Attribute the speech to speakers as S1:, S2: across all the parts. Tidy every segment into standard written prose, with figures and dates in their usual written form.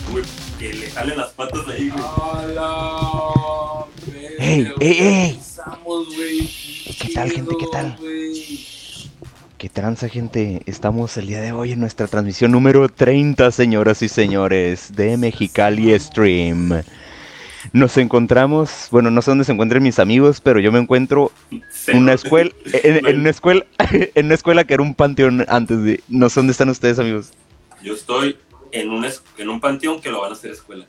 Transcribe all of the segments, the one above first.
S1: Güey, que le jalen las patas ahí, güey.
S2: ¡Hala!
S3: ¡Ey!
S2: Empezamos, güey.
S3: ¿Qué tal, gente? ¿Qué tal? ¿Qué tranza, gente? Estamos el día de hoy en nuestra transmisión número 30, señoras y señores, de Mexicali Stream. Nos encontramos, bueno, no sé dónde se encuentren mis amigos, pero yo me encuentro en una escuela, en una escuela que era un panteón antes de... No sé dónde están ustedes, amigos.
S1: Yo estoy en un panteón que lo van a hacer escuela.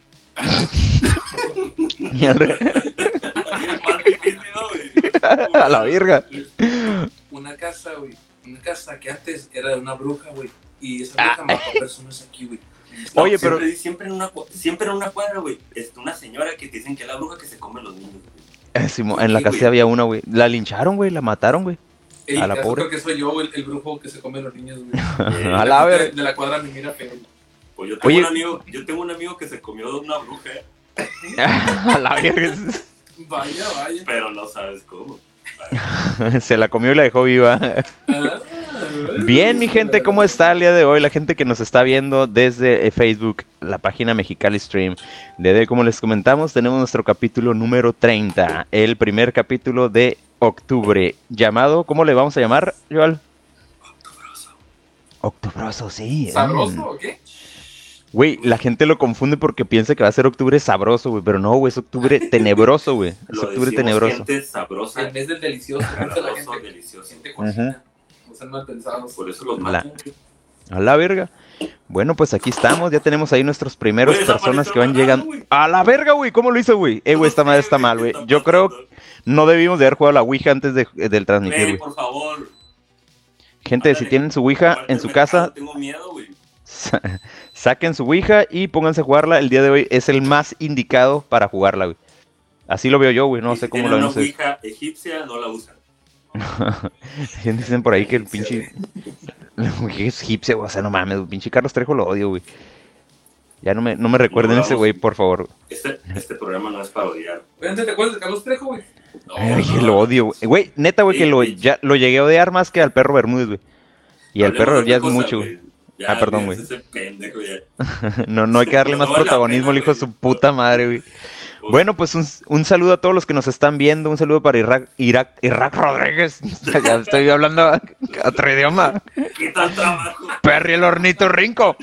S3: Mierda.
S1: Más difícil, ¿no, güey?
S3: A la verga.
S2: Una casa, güey. Una casa que antes era de una bruja, güey. Y esa bruja mató personas aquí, güey.
S1: No,
S3: Oye, pero...
S1: Siempre en una cuadra, güey. Una señora que te dicen que es la bruja que se come los niños, güey.
S3: en la
S1: Sí,
S3: casa
S1: güey.
S3: había una, güey. La lincharon, güey, la mataron, güey. A la pobre.
S2: Creo que soy yo, el brujo que se come a los niños, güey.
S3: A la verga.
S2: De la cuadra me mira feo.
S1: Pues yo tengo un amigo que se comió de una bruja,
S3: A la verga.
S2: Vaya.
S1: pero no sabes cómo.
S3: Se la comió y la dejó viva. Bien, mi gente, ¿cómo está el día de hoy? La gente que nos está viendo desde Facebook, la página Mexicali Stream. Desde, como les comentamos, tenemos nuestro capítulo número 30, el primer capítulo de octubre, llamado, ¿cómo le vamos a llamar, Joel? Octubroso, sí.
S2: ¿Sabroso o qué?
S3: Güey, la gente lo confunde porque piensa que va a ser octubre sabroso, güey, pero no, güey, es octubre tenebroso, güey. Es
S1: Lo
S3: octubre
S1: decimos
S3: tenebroso.
S1: gente sabrosa.
S2: El mes del delicioso. La
S1: Sabroso,
S2: gente
S1: delicioso.
S2: siente cocina. No sean mal pensados.
S1: Por eso los matan, güey.
S3: A la verga. Bueno, pues aquí estamos, ya tenemos ahí nuestros primeros
S1: Güey,
S3: personas
S1: desapareció
S3: que van
S1: el
S3: llegando.
S1: güey.
S3: A la verga, güey, ¿cómo lo hizo, güey? Güey, esta madre está mal, güey. Yo creo que no debimos de haber jugado la Ouija antes del transmitir,
S1: Güey,
S3: güey.
S1: por favor.
S3: Gente, si tienen su Ouija en su casa,
S1: Tengo miedo, güey.
S3: saquen su Ouija y pónganse a jugarla. El día de hoy es el más indicado para jugarla, güey. Así lo veo yo, güey, no
S1: Y
S3: sé
S1: si
S3: cómo
S1: tienen
S3: lo ven
S1: una
S3: ustedes.
S1: ouija egipcia, no la usan.
S3: Dicen por ahí que el pinche... Ouija es egipcio, güey, o sea, no mames, el pinche Carlos Trejo lo odio, güey. Ya no me recuerden
S1: No,
S3: ese
S1: vamos.
S3: güey, por favor.
S1: Este programa no es para odiar.
S2: Oye, ¿te acuerdas de Carlos Trejo, güey?
S1: No,
S3: Ay, lo odio, güey. Güey, neta, güey, que ya lo llegué a odiar más que al perro Bermúdez, güey. Y al
S1: Hablemos
S3: perro
S1: de
S3: ya es
S1: otra cosa,
S3: mucho, güey.
S1: Ya,
S3: Perdón, güey.
S1: Ese pendejo ya.
S3: No hay que darle
S1: No
S3: más
S1: vale la
S3: protagonismo
S1: pena,
S3: al hijo de
S1: güey.
S3: su puta madre, güey. Bueno, pues un saludo a todos los que nos están viendo. Un saludo para Irak Rodríguez. Ya estoy hablando a otro idioma.
S1: ¿Qué tal trabajo?
S3: Perry el hornito rinco.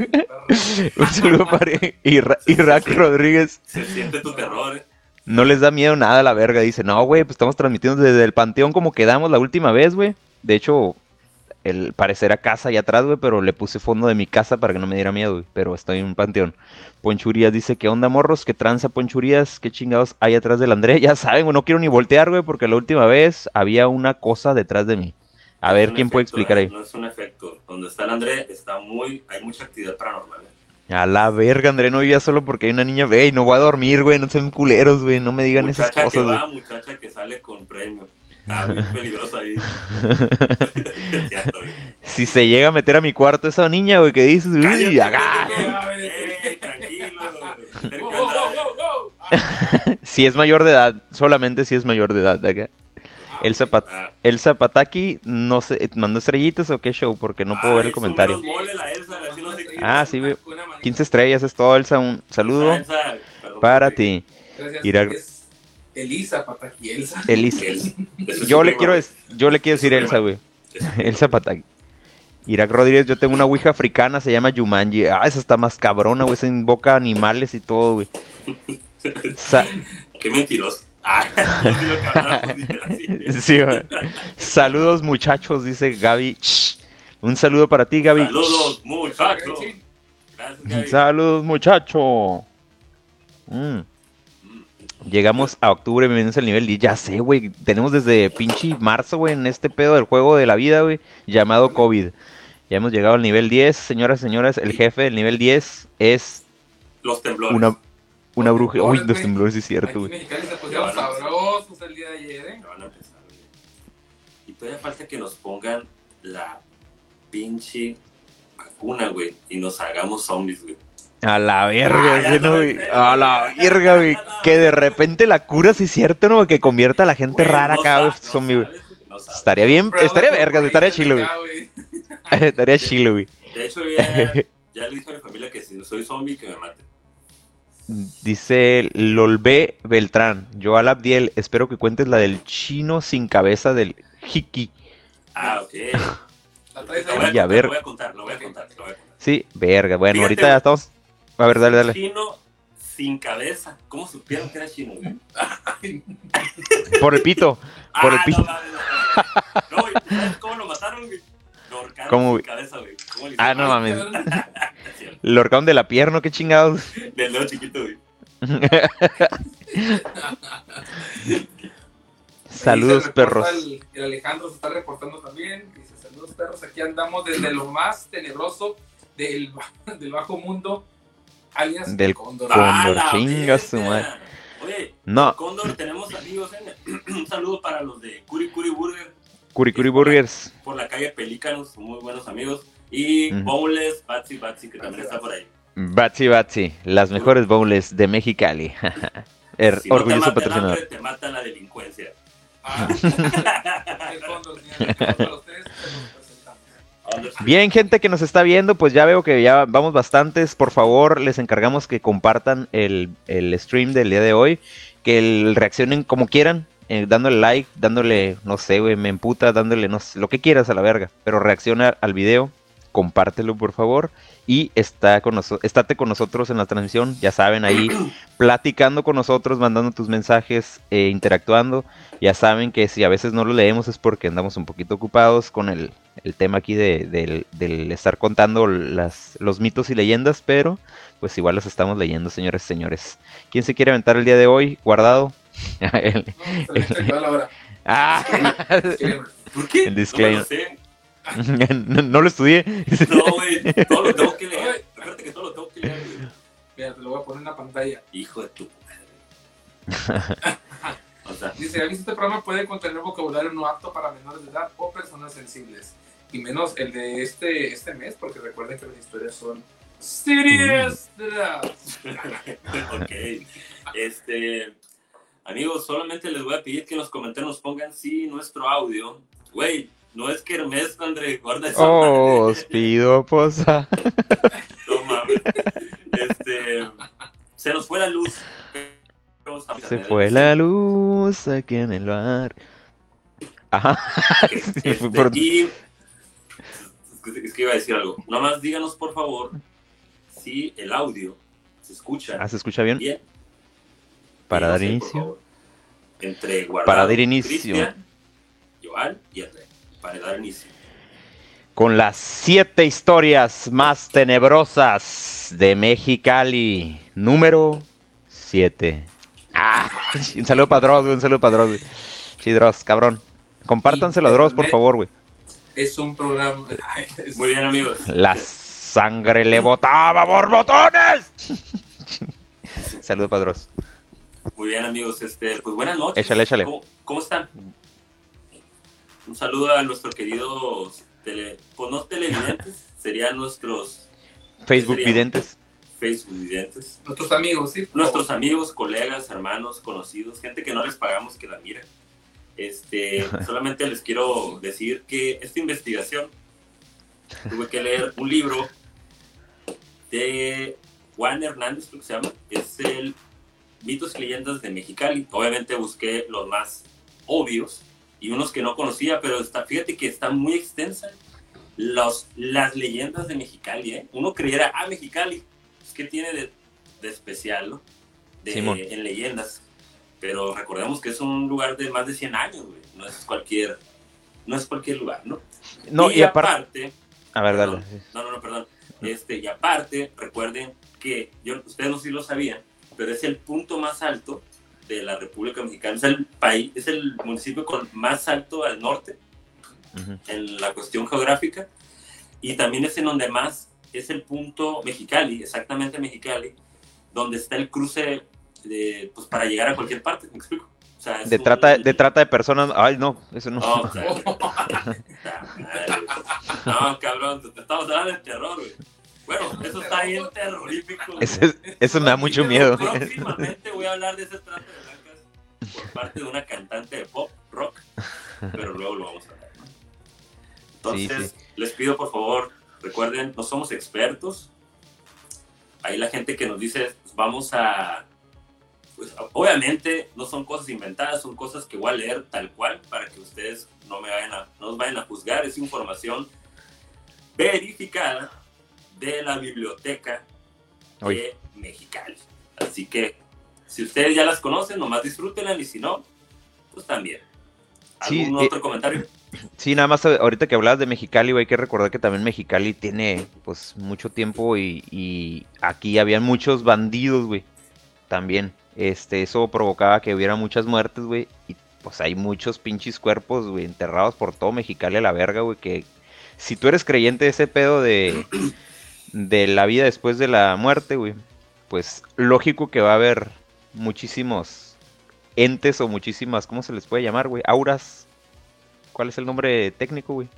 S3: Un saludo para Irak Rodríguez.
S1: Se siente tu terror,
S3: No les da miedo nada a la verga. Dice, no, güey, pues estamos transmitiendo desde el panteón como quedamos la última vez, güey. De hecho, el parecer a casa allá atrás, güey, pero le puse fondo de mi casa para que no me diera miedo, güey. Pero estoy en un panteón. Ponchurías dice, ¿qué onda, morros? ¿Qué tranza, Ponchurías? ¿Qué chingados hay atrás del André? Ya saben, güey, no quiero ni voltear, güey, porque la última vez había una cosa detrás de mí. A ver, ¿quién puede explicar ahí?
S1: No es un efecto. Donde está el André, hay mucha actividad paranormal.
S3: A la verga, André, no vivía solo porque hay una niña, güey, no voy a dormir, güey, no sean culeros, güey, no me digan esas
S1: Muchacha que
S3: cosas, güey.
S1: va, muchacha que sale con premio. Bien peligroso ahí. Cierto, güey.
S3: Si se llega a meter a mi cuarto esa niña, güey, que dices, uy,
S1: Cállate,
S3: agá.
S1: tranquilo.
S2: ¡Wow, wow, wow, wow!
S3: Si es mayor de edad, solamente si es mayor de edad, acá. Elsa Pataki, no sé, ¿mandó estrellitas o qué show? Porque no puedo ver el comentario. Ah, sí, güey. 15 estrellas es todo, Elsa, un saludo para ti.
S2: Gracias.
S3: Ira-
S2: Es Elisa, Pataki, Elsa.
S3: Elisa. Yo le quiero decir Elsa, güey. Elsa Pataki. Irak Rodríguez, yo tengo una ouija africana, se llama Yumanji. Ah, esa está más cabrona, güey, se invoca animales y todo, güey.
S1: Qué mentiroso. No sé lo que hablamos, dije así.
S3: Sí, güey. Saludos, muchachos, dice Gaby. Shh. Un saludo para ti, Gaby.
S1: Saludos, muchachos. Gracias, Gaby.
S3: Saludos, muchacho. Llegamos a octubre, bienvenidos al nivel 10. Ya sé, güey. Tenemos desde pinche marzo, güey, en este pedo del juego de la vida, güey, llamado COVID. Ya hemos llegado al nivel 10, señoras y señores. El jefe del nivel 10 es
S1: Los temblores.
S3: una bruja. Uy, los
S2: güey.
S3: temblores, sí es cierto,
S2: Aquí
S3: güey.
S2: mexicanos se pusieron sabrosos el día de ayer, ¿eh?
S1: Ya van a empezar, güey. Y todavía falta que nos pongan la pinche vacuna, güey, y nos hagamos zombies, güey.
S3: A la verga,
S1: ya
S3: ese, ¿no,
S1: no,
S3: güey? A la verga, güey. Que de repente la cura, sí es cierto, ¿no? Que convierta a la gente
S1: Güey,
S3: rara
S1: no
S3: acá, güey.
S1: sabes,
S3: Zombie, güey.
S1: no sabes.
S3: Estaría bien, estaría verga, estaría chilo, güey.
S2: Ya, güey.
S3: Estaría chilo, güey.
S1: De hecho, ya le dije a mi familia que si no soy zombie, que me mate.
S3: Dice Lolbe Beltrán. Joal Abdiel, espero que cuentes la del chino sin cabeza del Hiki.
S1: Ok.
S2: ¿La traes
S1: Lo
S2: ahí?
S1: voy a
S3: Y a
S1: contar,
S3: ver.
S1: lo voy a contar, lo voy a contar.
S3: Sí, verga. Bueno,
S1: Fíjate,
S3: ahorita ya
S1: güey.
S3: estamos. A ver, dale,
S1: Un
S3: dale.
S1: chino sin cabeza. ¿Cómo supieron que era chino, güey?
S3: Por el pito. Por el
S1: No
S3: pito.
S1: mames, no, güey. ¿Sabes cómo lo mataron, güey? Lo ahorcaron
S3: ¿Cómo,
S1: sin
S3: güey?
S1: cabeza, güey. ¿Cómo le
S3: Ah,
S1: hicieron?
S3: no mames.
S2: cabrón.
S3: Lo ahorcaron de la pierna, qué chingados.
S1: Del dedo chiquito, güey.
S3: Saludos,
S2: Ahí se reporta
S3: perros.
S2: el Alejandro se está reportando también. Dice, saludos, perros. Aquí andamos desde lo más tenebroso del bajo mundo, alias
S3: Del
S2: Cóndor.
S3: Cóndor,
S1: la
S3: chinga su
S1: verga!
S3: madre.
S1: Oye,
S3: No.
S1: Cóndor, tenemos amigos, Un saludo para los de Curi Curi Burger.
S3: Curicuri
S1: Es por la-
S3: Burgers.
S1: Por la calle Pelícanos, muy buenos amigos. Y
S3: Ujú.
S1: Bowles, Batsy, que también está por ahí.
S3: Batsy Batsy, las mejores bowls de Mexicali.
S1: Si no te
S3: Orgulloso
S1: mata el
S3: patrocinador.
S1: hambre, te mata la delincuencia.
S2: El Cóndor, señores. Para los tres, se los presentamos.
S3: Bien, gente que nos está viendo, pues ya veo que ya vamos bastantes. Por favor, les encargamos que compartan el stream del día de hoy, que reaccionen como quieran, dándole like, dándole, no sé, güey, me emputa, dándole, no sé, lo que quieras a la verga, pero reacciona al video, compártelo por favor, y estate con nosotros en la transmisión, ya saben, ahí platicando con nosotros, mandando tus mensajes, interactuando. Ya saben que si a veces no lo leemos es porque andamos un poquito ocupados con el tema aquí del estar contando los mitos y leyendas, pero pues igual los estamos leyendo, señores y señores. ¿Quién se quiere aventar el día de hoy? Guardado.
S2: No, se le echa toda la hora.
S3: Ah,
S2: Disclaimer.
S1: ¿Por qué?
S3: El disclaimer.
S1: No me lo sé.
S3: no lo estudié.
S1: No, güey. Todo lo tengo que leer. Recuerda que todo lo tengo que leer, güey.
S2: Mira, te lo voy a poner en la pantalla.
S1: Hijo de tu madre. O sea,
S2: Dice, aviso, este programa puede contener vocabulario no apto para menores de edad o personas sensibles. Y menos el de este mes, porque recuerden que las historias son serious.
S1: ok. Amigos, solamente les voy a pedir que en los comentarios nos pongan si nuestro audio, güey, no es que Hermes, André, guarda esa
S3: Oh,
S1: madre.
S3: os pido posa.
S1: No mames. Se nos fue la luz.
S3: Se fue la luz aquí en el bar. Ajá. Sí, fue por-
S1: Y es que iba a decir algo. Nomás díganos, por favor, si el audio se escucha
S3: Ah, ¿se escucha bien?
S1: bien.
S3: Para dar
S1: Díganos ahí, por
S3: inicio.
S1: favor. Entre Guardado,
S3: Para dar inicio.
S1: Cristian, Joal y André. Para dar inicio.
S3: Con las 7 historias más tenebrosas de Mexicali. Número 7. Ah, un saludo para Dross, güey, un saludo para Dross, güey. Sí, Dross, cabrón. Compártanselo a Dross, por favor, güey.
S2: Es un programa.
S1: Muy bien, amigos.
S3: La sangre le botaba borbotones. Saludo para Dross.
S1: Muy bien, amigos. Pues buenas noches.
S3: Échale.
S1: ¿Cómo están? Un saludo a nuestros queridos pues no televidentes, serían nuestros
S3: Facebook
S1: ¿qué serían?
S3: videntes.
S1: Facebook videntes.
S2: Nuestros amigos, ¿sí?
S1: Nuestros amigos, colegas, hermanos, conocidos, gente que no les pagamos que la mira. Solamente les quiero decir que esta investigación tuve que leer un libro de Juan Hernández, creo que se llama, es el Mitos y Leyendas de Mexicali. Obviamente busqué los más obvios y unos que no conocía, pero fíjate que está muy extensa las leyendas de Mexicali, ¿eh? Uno creyera, Mexicali, pues, ¿qué tiene de especial, no?
S3: Simón.
S1: En leyendas. Pero recordemos que es un lugar de más de 100 años, güey. No es cualquier lugar, ¿no?
S3: No, y aparte. A ver, dale.
S1: No, perdón. Y aparte, recuerden que ustedes no sé si lo sabían, pero es el punto más alto de la República Mexicana. Es el municipio más alto al norte, uh-huh, en la cuestión geográfica, y también es en donde más es el punto Mexicali, exactamente Mexicali, donde está el cruce pues para llegar a cualquier parte, ¿me explico? O sea, de
S3: trata de personas. Ay, no, eso no.
S1: No, no, cabrón, te estamos hablando de terror, güey. Bueno, eso está bien terrorífico.
S3: Eso me da mucho miedo.
S1: Próximamente voy a hablar de ese trata de blancas por parte de una cantante de pop, rock, pero luego lo vamos a hablar, ¿no? Entonces, sí. Les pido por favor, recuerden, no somos expertos, ahí la gente que nos dice, pues vamos a... Pues obviamente no son cosas inventadas, son cosas que voy a leer tal cual para que ustedes no nos vayan a juzgar. Es información verificada de la biblioteca de Mexicali. Así que si ustedes ya las conocen, nomás disfrútenlas, y si no, pues también. ¿Algún otro comentario?
S3: Sí, nada más ahorita que hablabas de Mexicali, güey, hay que recordar que también Mexicali tiene pues mucho tiempo y aquí habían muchos bandidos, güey, también. Eso provocaba que hubiera muchas muertes, güey, y pues hay muchos pinches cuerpos, güey, enterrados por todo Mexicali a la verga, güey, que si tú eres creyente de ese pedo de la vida después de la muerte, güey, pues lógico que va a haber muchísimos entes o muchísimas, ¿cómo se les puede llamar, güey? Auras. ¿Cuál es el nombre técnico, güey?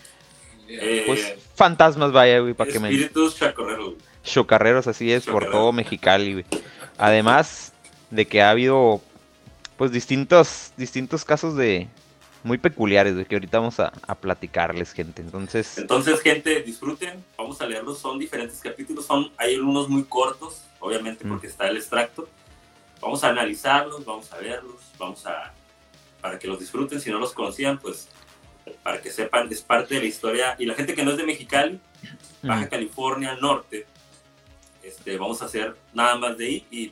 S3: Pues fantasmas, vaya, güey, para que me...
S1: Espíritus chocarreros.
S3: Chocarreros, así es, por todo Mexicali, güey. Además de que ha habido, pues, distintos casos de muy peculiares, güey, que ahorita vamos a platicarles, gente. Entonces,
S1: gente, disfruten. Vamos a leerlos. Son diferentes capítulos. Hay algunos muy cortos, obviamente, porque está el extracto. Vamos a analizarlos, vamos a verlos, para que los disfruten. Si no los conocían, pues para que sepan, es parte de la historia. Y la gente que no es de Mexicali, Baja California Norte, vamos a hacer nada más de ahí y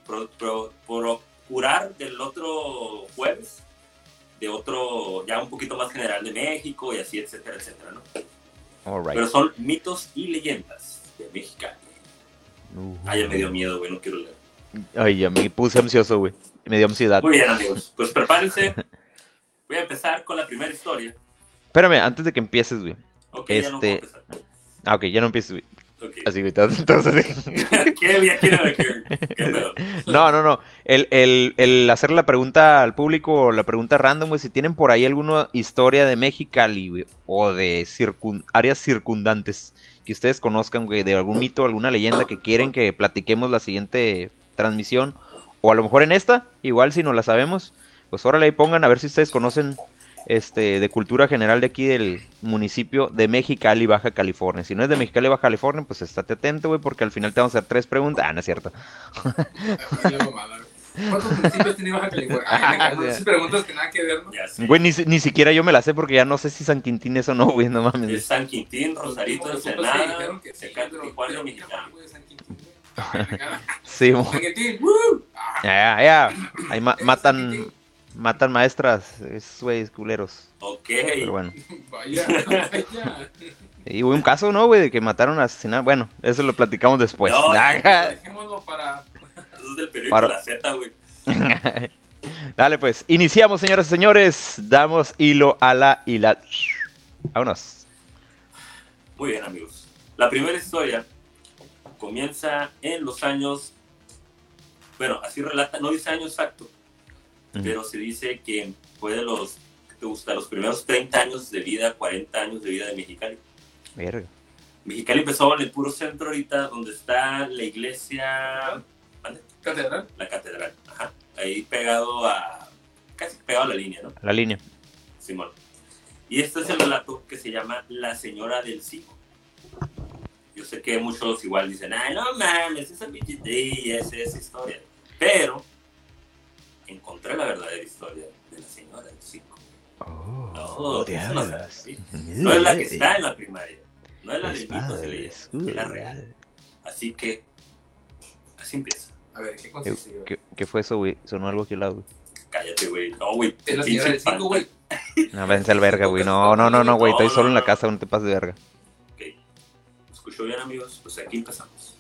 S1: procurar del otro jueves de otro ya un poquito más general de México y así, etcétera, etcétera, ¿no?
S3: All right.
S1: Pero son mitos y leyendas de Mexicali. Ay, ya me dio miedo, güey, no quiero leer.
S3: Ay, ya me puse ansioso, güey. Me dio ansiedad.
S1: Muy bien, amigos. Pues prepárense. Voy a empezar con la primera historia.
S3: Espérame, antes de que empieces, güey.
S1: Ok, ya no puedo empezar.
S3: Ah, ok, ya no empieces, güey.
S1: Okay.
S3: Así, güey, entonces...
S1: ¿Qué pedo?
S3: No. El hacer la pregunta al público, la pregunta random, güey, si tienen por ahí alguna historia de Mexicali, güey, o de áreas circundantes que ustedes conozcan, güey, de algún mito, alguna leyenda que quieren que platiquemos la siguiente transmisión, o a lo mejor en esta, igual si no la sabemos, pues órale, ahí pongan a ver si ustedes conocen de cultura general de aquí del municipio de Mexicali, Baja California. Si no es de Mexicali, Baja California, pues estate atento, güey, porque al final te vamos a hacer 3 preguntas. Ah, no es cierto.
S2: ¿Cuántos municipios tiene Baja California? Muchas preguntas que nada que ver, ¿no?
S3: Güey, ni siquiera yo me la sé porque ya no sé si San Quintín es o no, güey, no mames.
S1: Es San Quintín, Rosarito, Ensenada, Tecate, Tijuana, Mexicali.
S3: Sí,
S2: San Quintín,
S3: ya. Ahí matan maestras, esos güeyes culeros.
S1: Ok.
S3: Pero bueno.
S2: Vaya.
S3: Y hubo un caso, ¿no, güey? De que mataron a asesinar. Bueno, eso lo platicamos después.
S2: No, dejémoslo para...
S1: Eso es del periódico La Z, güey.
S3: Dale, pues. Iniciamos, señoras y señores. Damos hilo a la hila. Vámonos.
S1: Muy bien, amigos. La primera historia comienza en los años... Bueno, así relata, no dice año exacto, pero se dice que fue de los primeros 30 años de vida, 40 años de vida de Mexicali.
S3: Verga.
S1: Mexicali empezó en el puro centro ahorita, donde está la iglesia... ¿Vale?
S2: ¿Catedral?
S1: La catedral, ajá. Ahí casi pegado a la línea, ¿no?
S3: La línea.
S1: Simón. Y este es el relato que se llama La Señora del Cico. Yo sé que muchos igual dicen, ay, no mames, esa pichitilla, esa historia. Pero encontré la verdadera historia de la Señora del Cico. No es la que está en la primaria. No es la de mitos y leyendas, es la real. Así que, así empieza.
S2: A ver, ¿qué consistió?
S3: ¿Qué fue eso, güey? Sonó algo aquí al lado, güey.
S1: Cállate, güey. No, güey.
S2: Es la Señora del Cico, güey.
S3: No, vence al verga, güey. No, güey. Estoy solo en la casa, no te pases de verga.
S1: Ok. ¿Escuchó bien, amigos? Pues aquí empezamos.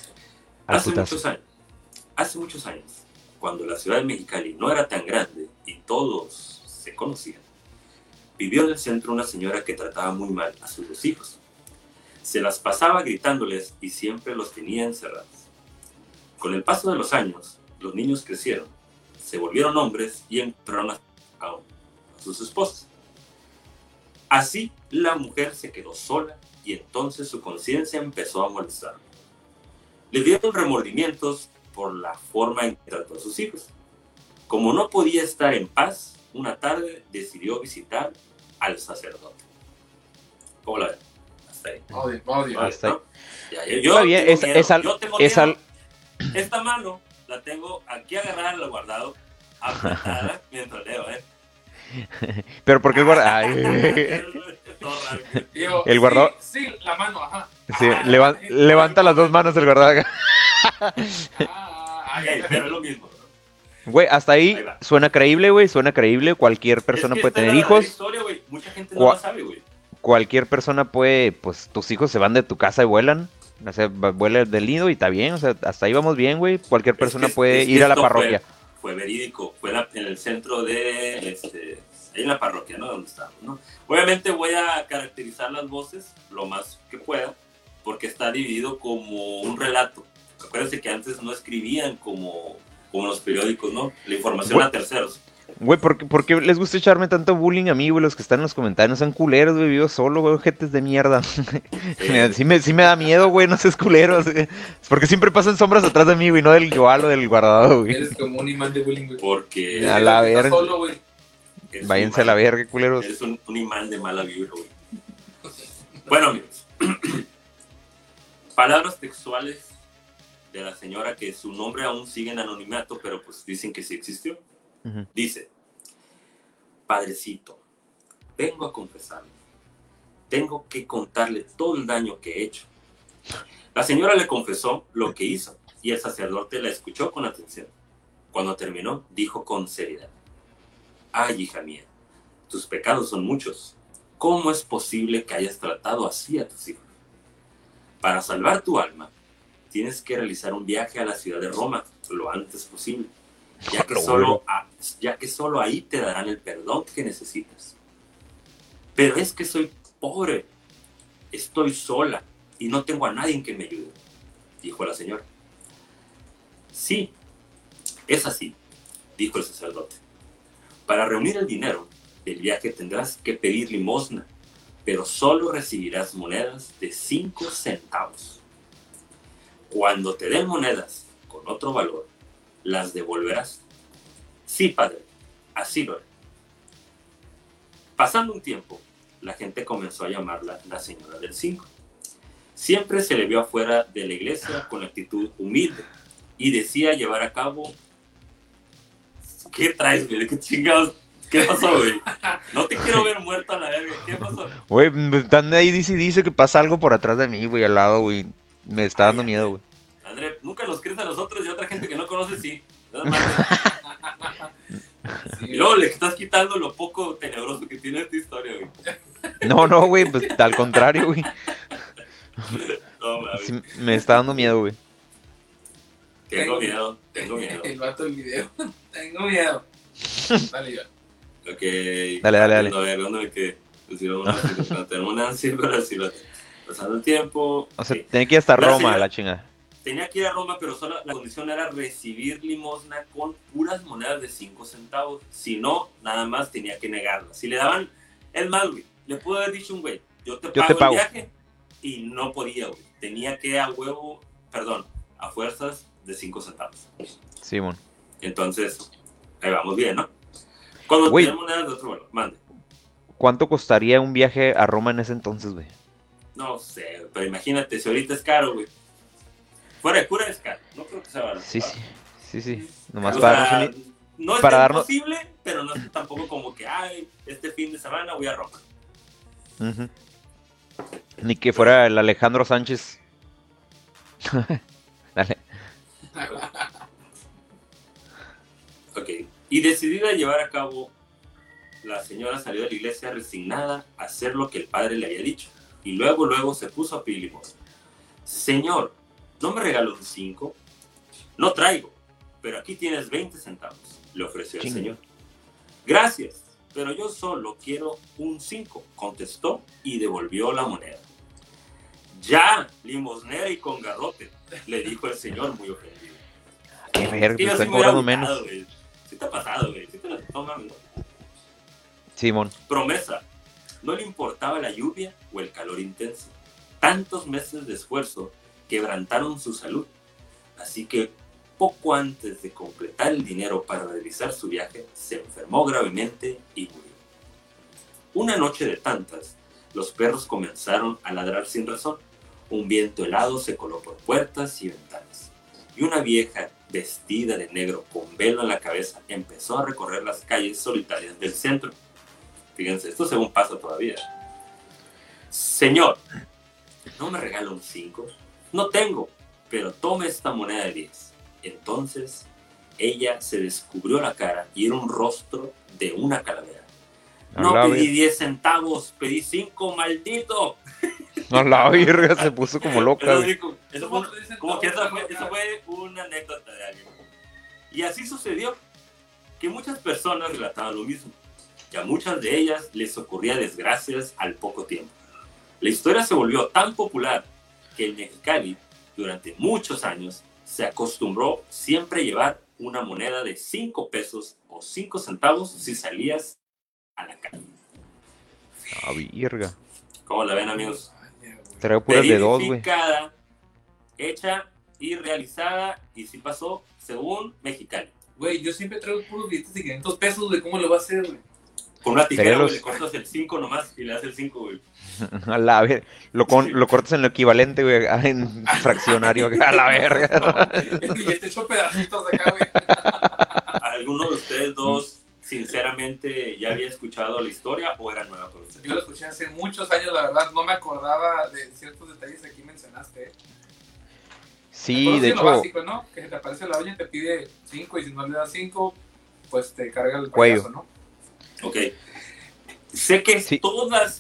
S1: Hace muchos años, cuando la ciudad de Mexicali no era tan grande y todos se conocían, vivió en el centro una señora que trataba muy mal a sus 2 hijos. Se las pasaba gritándoles y siempre los tenía encerrados. Con el paso de los años, los niños crecieron, se volvieron hombres y entraron a sus esposas. Así, la mujer se quedó sola y entonces su conciencia empezó a molestar. Le dieron remordimientos por la forma en que trató a sus hijos. Como no podía estar en paz, una tarde decidió visitar al sacerdote. ¿Cómo la ven? hasta ahí.
S2: Odio.
S3: Hasta ahí.
S1: ¿No? Yo
S3: Está bien,
S1: tengo miedo. Yo tengo miedo. Esta mano la tengo aquí agarrada al guardado, apretada mientras leo,
S3: Pero ¿por qué el guardado? Ay,
S1: Todo raro.
S2: Digo,
S3: El guardado-
S2: Sí, la mano, ajá.
S3: sí, levanta las dos manos el guardado.
S1: Pero es lo mismo, ¿no?
S3: Güey, hasta ahí
S1: Ahí va.
S3: suena creíble, güey, suena creíble. Cualquier persona
S1: Es que
S3: puede
S1: esta es
S3: tener
S1: la verdadera
S3: hijos.
S1: historia, güey. Mucha gente no
S3: Cua-
S1: lo sabe, güey.
S3: Cualquier persona puede, pues tus hijos se van de tu casa y vuelan. O sea, vuelan del nido y está bien. O sea, hasta ahí vamos bien, güey. Cualquier persona puede
S1: Es que
S3: ir a la
S1: esto
S3: parroquia.
S1: Fue verídico. Fue en el centro de, ahí en la parroquia, ¿no? Donde estamos, ¿no? Obviamente voy a caracterizar las voces lo más que pueda, porque está dividido como un relato. Acuérdense que antes no escribían como los periódicos, ¿no? La información
S3: Güey.
S1: a terceros.
S3: Güey, ¿por qué les gusta echarme tanto bullying a mí, güey? Los que están en los comentarios son culeros, güey. Vivo solo, güey, jetes de mierda. Sí me da miedo, güey, no seas culeros. Porque siempre pasan sombras atrás de mí, güey, no del Joal o del guardado, güey.
S2: Eres como un imán de bullying, güey.
S1: Porque
S3: A la
S2: Estás
S3: verga.
S2: solo, güey.
S1: eres
S3: Váyanse a
S1: un
S3: la
S1: imán.
S3: verga, culeros.
S1: Eres un imán de mala vibra, güey. Bueno, amigos. Palabras textuales de la señora, que su nombre aún sigue en anonimato, pero pues dicen que sí existió.
S3: Ujú.
S1: Dice: Padrecito, vengo a confesarme. Tengo que contarle todo el daño que he hecho. La señora le confesó lo que hizo y el sacerdote la escuchó con atención. Cuando terminó, dijo con seriedad: Ay, hija mía, tus pecados son muchos. ¿Cómo es posible que hayas tratado así a tus hijos? Para salvar tu alma, tienes que realizar un viaje a la ciudad de Roma lo antes posible, ya que solo ahí te darán el perdón que necesitas. Pero es que soy pobre, estoy sola y no tengo a nadie que me ayude, dijo la señora. Sí, es así, dijo el sacerdote. Para reunir el dinero del viaje tendrás que pedir limosna, pero solo recibirás monedas de 5 centavos. Cuando te den monedas con otro valor, ¿las devolverás? Sí, padre, así lo haré. Pasando un tiempo, la gente comenzó a llamarla la señora del 5. Siempre se le vio afuera de la iglesia con actitud humilde y decía llevar a cabo... ¿Qué traes, güey? ¿Qué chingados? ¿Qué pasó, güey? No te quiero ver muerto a la verga. ¿Qué pasó?
S3: Güey, están ahí, dice que pasa algo por atrás de mí, güey, al lado, güey. Me está dando miedo, güey.
S1: André, nunca nos crees a nosotros y a otra gente que no conoces, sí. Nada más.
S2: Sí,
S1: Y luego le estás quitando lo poco tenebroso que tiene esta historia, güey.
S3: No, güey, pues al contrario, güey.
S1: No, mames.
S3: Sí, me está dando miedo, güey.
S1: Tengo miedo.
S2: El vato del video. Tengo miedo. Dale, ya.
S1: Ok.
S3: Dale.
S1: A ver, ¿dónde me quedé? Tenemos una ansia, pero así lo... Pasando el tiempo...
S3: O sea,
S1: sí.
S3: tenía que ir hasta
S1: La
S3: Roma,
S1: señora-
S3: la chingada.
S1: Tenía que ir a Roma, pero solo la condición era recibir limosna con puras monedas de 5 centavos. Si no, nada más tenía que negarla. Si le daban el mal, güey, le pudo haber dicho un güey, yo te pago el viaje, y no podía, güey. Tenía que a fuerzas de 5 centavos.
S3: Simón.
S1: Entonces, ahí vamos bien, ¿no? Cuando
S3: Güey.
S1: tenemos monedas de otro valor, mande.
S3: ¿Cuánto costaría un viaje a Roma en ese entonces, güey?
S1: No sé, pero imagínate, si ahorita es caro, güey. Fuera de cura es caro, no creo que sea barato.
S3: Sí. Nomás
S1: O
S3: para
S1: sea,
S3: darnos
S1: no es
S3: para darnos-
S1: imposible, pero no es tampoco como que, ay, este fin de semana voy a Roma.
S3: Ujú. Ni que fuera el Alejandro Sánchez. Dale.
S1: Ok. Y decidida a llevar a cabo, la señora salió de la iglesia resignada a hacer lo que el padre le había dicho. Y luego se puso a pedir limosna. Señor, ¿no me regaló un 5? No traigo, pero aquí tienes 20 centavos, le ofreció el
S3: Chinga.
S1: señor. Gracias, pero yo solo quiero un 5, contestó y devolvió la moneda. Ya, limosnera y con garrote, le dijo el señor muy ofendido.
S3: Qué verga,
S1: Sí, yo
S3: están
S1: sí me hubiera
S3: cobrando
S1: agüitado,
S3: menos.
S1: güey. Sí te ha pasado, güey. Sí te la toman, ¿no?
S3: Simón.
S1: Promesa. No le importaba la lluvia o el calor intenso. Tantos meses de esfuerzo quebrantaron su salud. Así que poco antes de completar el dinero para realizar su viaje, se enfermó gravemente y murió. Una noche de tantas, los perros comenzaron a ladrar sin razón. Un viento helado se coló por puertas y ventanas. Y una vieja vestida de negro con velo en la cabeza empezó a recorrer las calles solitarias del centro. Fíjense, esto según pasa todavía. Señor, ¿no me regala un 5? No tengo, pero tome esta moneda de 10. Entonces, ella se descubrió la cara y era un rostro de una calavera. No pedí 10 centavos, pedí 5, maldito.
S3: No, la verga se puso como loca, güey.
S1: Eso fue una anécdota de alguien. Y así sucedió, que muchas personas relataban lo mismo. Y a muchas de ellas les ocurría desgracias al poco tiempo. La historia se volvió tan popular que en Mexicali, durante muchos años, se acostumbró siempre a llevar una moneda de 5 pesos o 5 centavos si salías a la calle.
S3: Ah, virga.
S1: ¿Cómo la ven, amigos?
S3: Traigo puras de 2, güey.
S1: Verificada, hecha y realizada, y sí pasó según Mexicali.
S2: Güey, yo siempre traigo puros billetes de 500 pesos, güey. ¿Cómo lo va a hacer, güey?
S1: Con una tijera,
S3: los...
S1: le cortas el 5 nomás y le das el 5, güey.
S3: A la verga. Lo cortas en lo equivalente, güey, en fraccionario. A la verga.
S2: Y este hecho pedacitos acá, güey.
S1: ¿Alguno de ustedes dos, sinceramente, ya había escuchado la historia o era nueva para ustedes?
S2: Yo lo escuché hace muchos años, la verdad. No me acordaba de ciertos detalles que aquí mencionaste,
S3: Sí, de hecho...
S2: Lo básico, ¿no? Que te aparece la doña y te pide 5 y si no le das 5, pues te carga el
S3: cuello,
S2: payaso, ¿no?
S1: Ok. Sé que
S3: sí.
S1: todas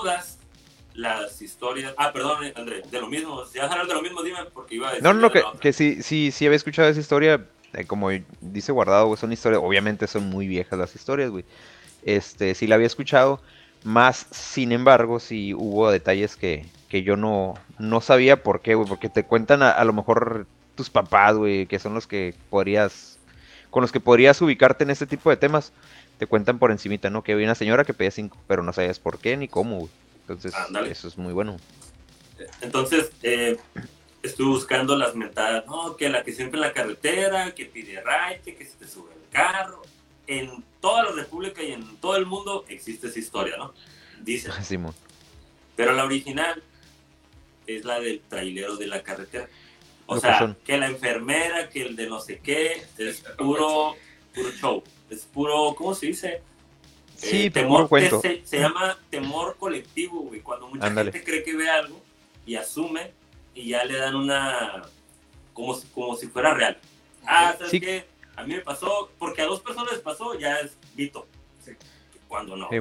S1: las historias... Ah, perdón, André, de lo mismo. Si vas a hablar de lo mismo, dime, porque iba a decir...
S3: No, que sí había escuchado esa historia. Como dice Guardado, güey, son historias... Obviamente son muy viejas las historias, güey. Sí la había escuchado. Más, sin embargo, sí hubo detalles que yo no sabía por qué, güey. Porque te cuentan a lo mejor tus papás, güey, que son los que con los que podrías ubicarte en este tipo de temas. Te cuentan por encimita, ¿no? Que había una señora que pedía 5, pero no sabías por qué ni cómo, güey. Entonces, eso es muy bueno.
S1: Entonces, estuve buscando las mentadas, no, que la que siempre en la carretera, que pide raite, que se te sube el carro. En toda la República y en todo el mundo existe esa historia, ¿no? Dicen.
S3: Simón.
S1: Pero la original es la del trailero de la carretera. O sea, que la enfermera, que el de no sé qué, es puro show. Es puro, ¿cómo se dice?
S3: Sí,
S1: temor,
S3: puro cuento.
S1: Se llama temor colectivo, güey. Cuando mucha gente cree que ve algo y asume y ya le dan una... como si fuera real. Ah, ¿sabes qué? A mí me pasó, porque a 2 personas les pasó, ya es mito. Sí. Cuando no.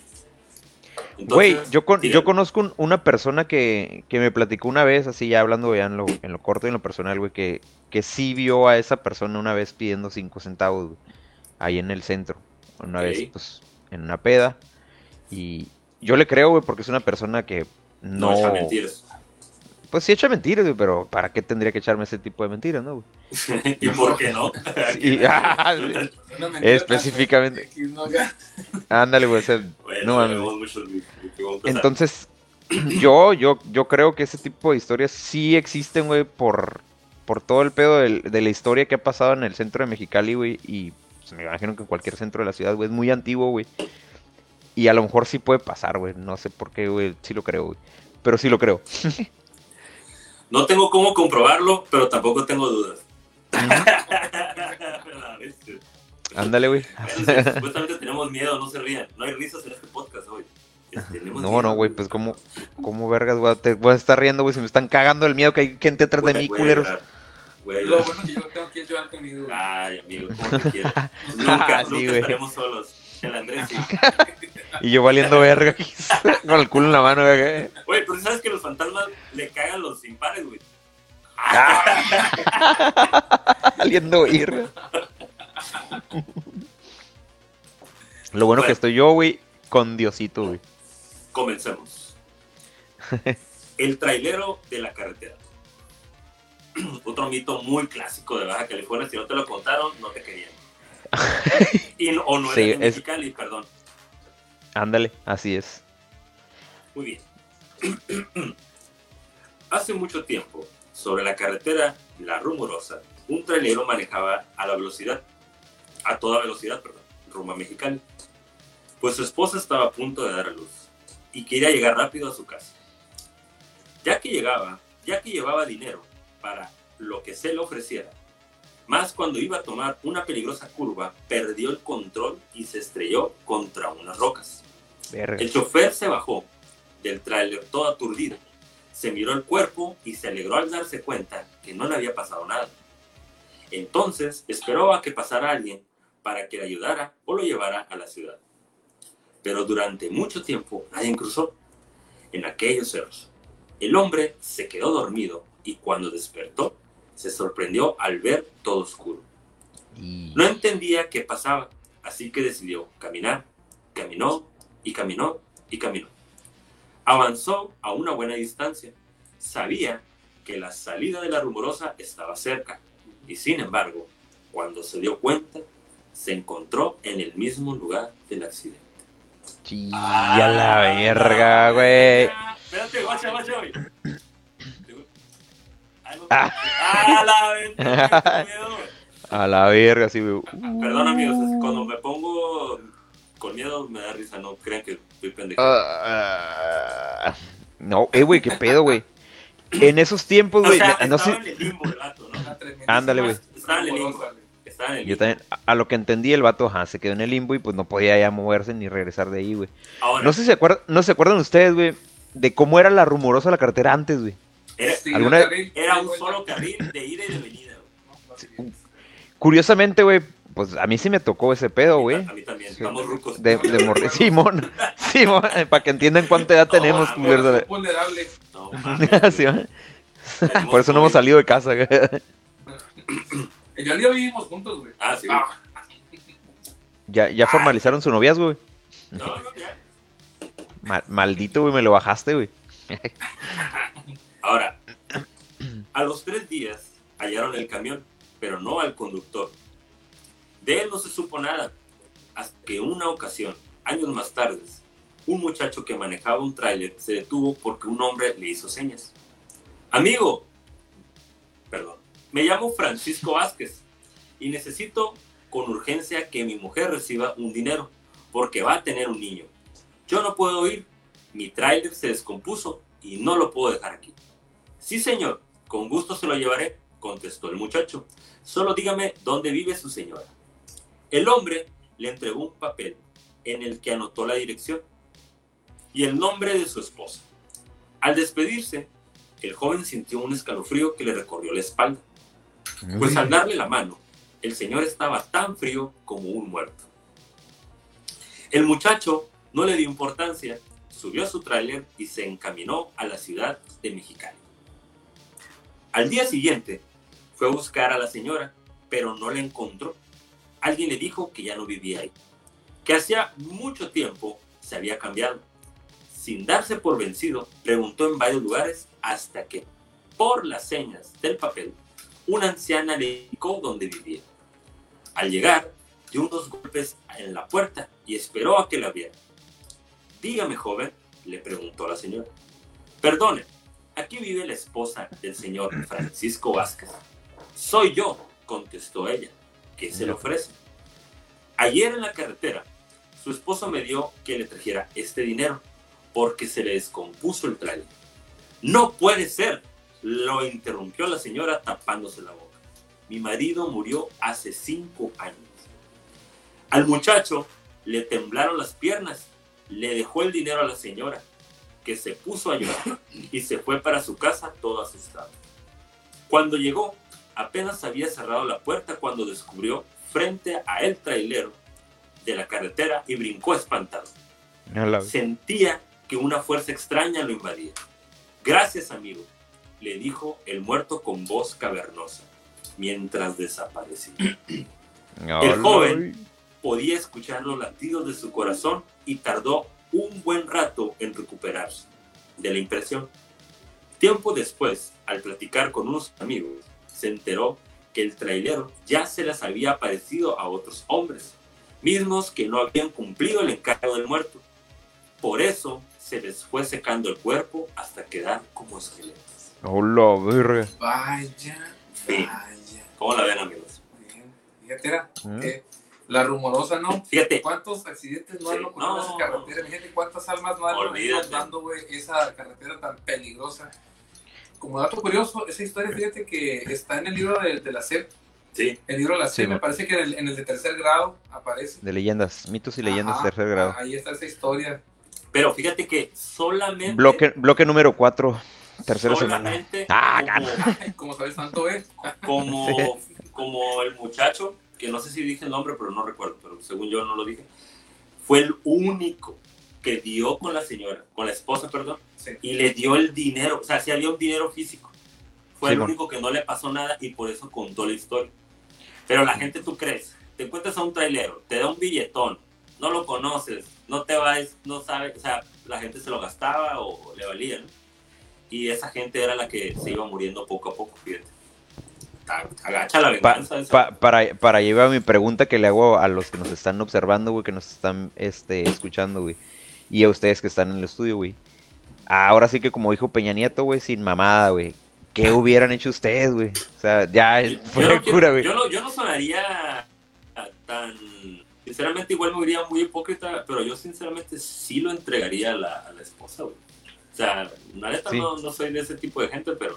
S3: Güey, yo conozco una persona que me platicó una vez, así ya hablando ya en lo corto y en lo personal, güey, que sí vio a esa persona una vez pidiendo 5 centavos, güey, ahí en el centro. Una vez, pues, en una peda. Y yo le creo, güey, porque es una persona que no
S1: echa mentiras.
S3: Pues sí echa mentiras, güey, pero ¿para qué tendría que echarme ese tipo de mentiras, no, güey?
S1: ¿Y por qué no?
S3: Específicamente. Ándale, güey. No, entonces, yo creo que ese tipo de historias sí existen, güey, por todo el pedo de la historia que ha pasado en el centro de Mexicali, güey. Y pues, me imagino que en cualquier centro de la ciudad, güey, es muy antiguo, güey. Y a lo mejor sí puede pasar, güey. No sé por qué, güey. Sí lo creo, güey. Pero sí lo creo.
S1: No tengo cómo comprobarlo, pero tampoco tengo dudas.
S3: Ándale, güey.
S1: Supuestamente tenemos miedo, no se rían. No hay risas en este podcast hoy.
S3: No, güey, pues ¿cómo vergas, güey? Te voy a estar riendo, güey, si me están cagando el miedo que hay gente atrás de mí, culeros.
S2: Lo bueno que yo tengo que llevar conmigo.
S1: Ay, amigo, ¿cómo te quiero? Nunca estaremos solos. El Andrés sí.
S3: Y yo valiendo verga con el culo en la mano, güey.
S1: Güey, pero ¿sabes que los fantasmas le cagan los impares, güey?
S3: Valiendo verga. Lo bueno que estoy yo, güey, con Diosito, güey.
S1: Comencemos. El trailero de la carretera. Otro mito muy clásico de Baja California. Si no te lo contaron, no te querían. O no eres de Mexicali, perdón.
S3: Ándale, así es.
S1: Muy bien. Hace mucho tiempo, sobre la carretera La Rumorosa, un trailero manejaba a toda velocidad, rumbo a Mexicali. Pues su esposa estaba a punto de dar a luz. y quería llegar rápido a su casa. Ya que llevaba dinero para lo que se le ofreciera, más cuando iba a tomar una peligrosa curva, perdió el control y se estrelló contra unas rocas.
S3: Verga.
S1: El chofer se bajó del tráiler todo aturdido, se miró el cuerpo y se alegró al darse cuenta que no le había pasado nada. Entonces esperó a que pasara alguien para que le ayudara o lo llevara a la ciudad. Pero durante mucho tiempo nadie cruzó en aquellos cerros. El hombre se quedó dormido y cuando despertó se sorprendió al ver todo oscuro. No entendía qué pasaba, así que decidió caminar. Caminó y caminó y caminó. Avanzó a una buena distancia. Sabía que la salida de la Rumorosa estaba cerca y sin embargo, cuando se dio cuenta, se encontró en el mismo lugar del accidente.
S3: A la verga, güey.
S1: Espérate, guacha, güey. La verga,
S3: A la verga, sí, güey.
S1: Perdón, amigos, es que cuando me pongo con miedo me da risa, no crean que estoy pendejo.
S3: No, güey, qué pedo, güey. En esos tiempos,
S1: O
S3: güey,
S1: sea,
S3: no
S1: estaba
S3: sé.
S1: en el limbo el vato, ¿no?
S3: Ándale, güey.
S1: Estaba en el limbo. Estaba en el
S3: Yo
S1: limbo.
S3: también, a lo que entendí, el vato, se quedó en el limbo y pues no podía ya moverse ni regresar de ahí, güey.
S1: Ahora,
S3: No sé si no se acuerdan ustedes, güey, de cómo era la Rumorosa la carretera antes, güey.
S1: era un solo carril de ida y de venida, güey.
S3: Curiosamente, güey, pues a mí sí me tocó ese pedo, güey.
S1: A mí también, estamos rucos.
S3: Simón, para que entiendan cuánta edad tenemos,
S1: mames,
S3: culeros.
S2: Vulnerable.
S1: No, mames,
S3: Sí,
S1: güey.
S3: ¿va? Por eso no hemos salido de casa, güey.
S2: Yo y yo vivimos juntos, güey.
S1: Ah, sí.
S3: Ya formalizaron su noviazgo, güey.
S1: No, ya.
S3: Maldito, güey, me lo bajaste, güey.
S1: Ahora, a los 3 días hallaron el camión, pero no al conductor. De él no se supo nada, hasta que una ocasión, años más tarde, un muchacho que manejaba un tráiler se detuvo porque un hombre le hizo señas. Amigo, me llamo Francisco Vázquez y necesito con urgencia que mi mujer reciba un dinero porque va a tener un niño. Yo no puedo ir, mi tráiler se descompuso y no lo puedo dejar aquí. Sí, señor, con gusto se lo llevaré, contestó el muchacho. Solo dígame dónde vive su señora. El hombre le entregó un papel en el que anotó la dirección y el nombre de su esposa. Al despedirse, el joven sintió un escalofrío que le recorrió la espalda. Pues al darle la mano, el señor estaba tan frío como un muerto. El muchacho no le dio importancia, subió a su tráiler y se encaminó a la ciudad de Mexicali. Al día siguiente, fue a buscar a la señora, pero no la encontró. Alguien le dijo que ya no vivía ahí, que hacía mucho tiempo se había cambiado. Sin darse por vencido, preguntó en varios lugares hasta que, por las señas del papel, una anciana le indicó dónde vivía. Al llegar, dio unos golpes en la puerta y esperó a que la abriera. Dígame, joven, le preguntó la señora. Perdone, aquí vive la esposa del señor Francisco Vázquez. Soy yo, contestó ella. ¿Qué se le ofrece? Ayer en la carretera, su esposo me dio que le trajera este dinero porque se le descompuso el tráiler. No puede ser, lo interrumpió la señora tapándose la boca. Mi marido murió hace 5 años. Al muchacho le temblaron las piernas, le dejó el dinero a la señora, que se puso a llorar y se fue para su casa todo asustado. Cuando llegó, apenas había cerrado la puerta cuando descubrió frente a el trailero de la carretera y brincó espantado. Sentía que una fuerza extraña lo invadía. Gracias, amigo, le dijo el muerto con voz cavernosa, mientras desaparecía. El joven podía escuchar los latidos de su corazón y tardó un buen rato en recuperarse de la impresión. Tiempo después, al platicar con unos amigos, se enteró que el trailero ya se les había aparecido a otros hombres, mismos que no habían cumplido el encargo del muerto. Por eso se les fue secando el cuerpo hasta quedar como esqueletos.
S3: Hola, verga.
S2: Vaya,
S1: Sí.
S2: vaya.
S1: ¿Cómo la ven, amigos?
S2: Bien. Fíjate, era, La Rumorosa, ¿no?
S1: Fíjate.
S2: ¿Cuántos accidentes no han
S1: Sí,
S2: ocurrido en esa carretera? Fíjate cuántas almas no han
S1: Olvídate.
S2: andando, güey, esa carretera tan peligrosa. Como dato curioso, esa historia, fíjate que está en el libro de la SEP.
S1: Sí.
S2: El libro de la
S3: Sí,
S2: SEP, me
S3: man.
S2: parece que en el de tercer grado aparece.
S3: De leyendas, mitos y leyendas,
S2: Ajá,
S3: tercer grado.
S2: ahí está esa historia.
S1: Pero fíjate que solamente.
S3: Bloque número 4, tercera semana.
S1: solamente
S3: Ah,
S2: Como sabes tanto,
S1: como el muchacho, que no sé si dije el nombre, pero no recuerdo, pero según yo no lo dije, fue el único que dio con la señora, con la esposa, perdón,
S2: Sí.
S1: y le dio el dinero, o sea, sí había un dinero físico. Fue
S3: Sí,
S1: el
S3: bueno.
S1: único que no le pasó nada y por eso contó la historia. Pero la gente, tú crees, te encuentras a un trailero, te da un billetón, no lo conoces, no te vas, no sabes, o sea, la gente se lo gastaba o le valía, ¿no? Y esa gente era la que se iba muriendo poco a poco, fíjate. Agacha la venganza.
S3: Para llevar mi pregunta que le hago a los que nos están observando, güey, que nos están escuchando, güey. Y a ustedes que están en el estudio, güey. Ahora sí que como dijo Peña Nieto, güey, sin mamada, güey. ¿Qué hubieran hecho ustedes, güey? O sea, ya fue
S1: Yo no
S3: cura, güey.
S1: yo no sonaría tan... Sinceramente igual me diría muy hipócrita, pero yo sinceramente sí lo entregaría a la esposa, güey. O sea, la neta
S3: Sí.
S1: no soy de ese tipo de gente, pero...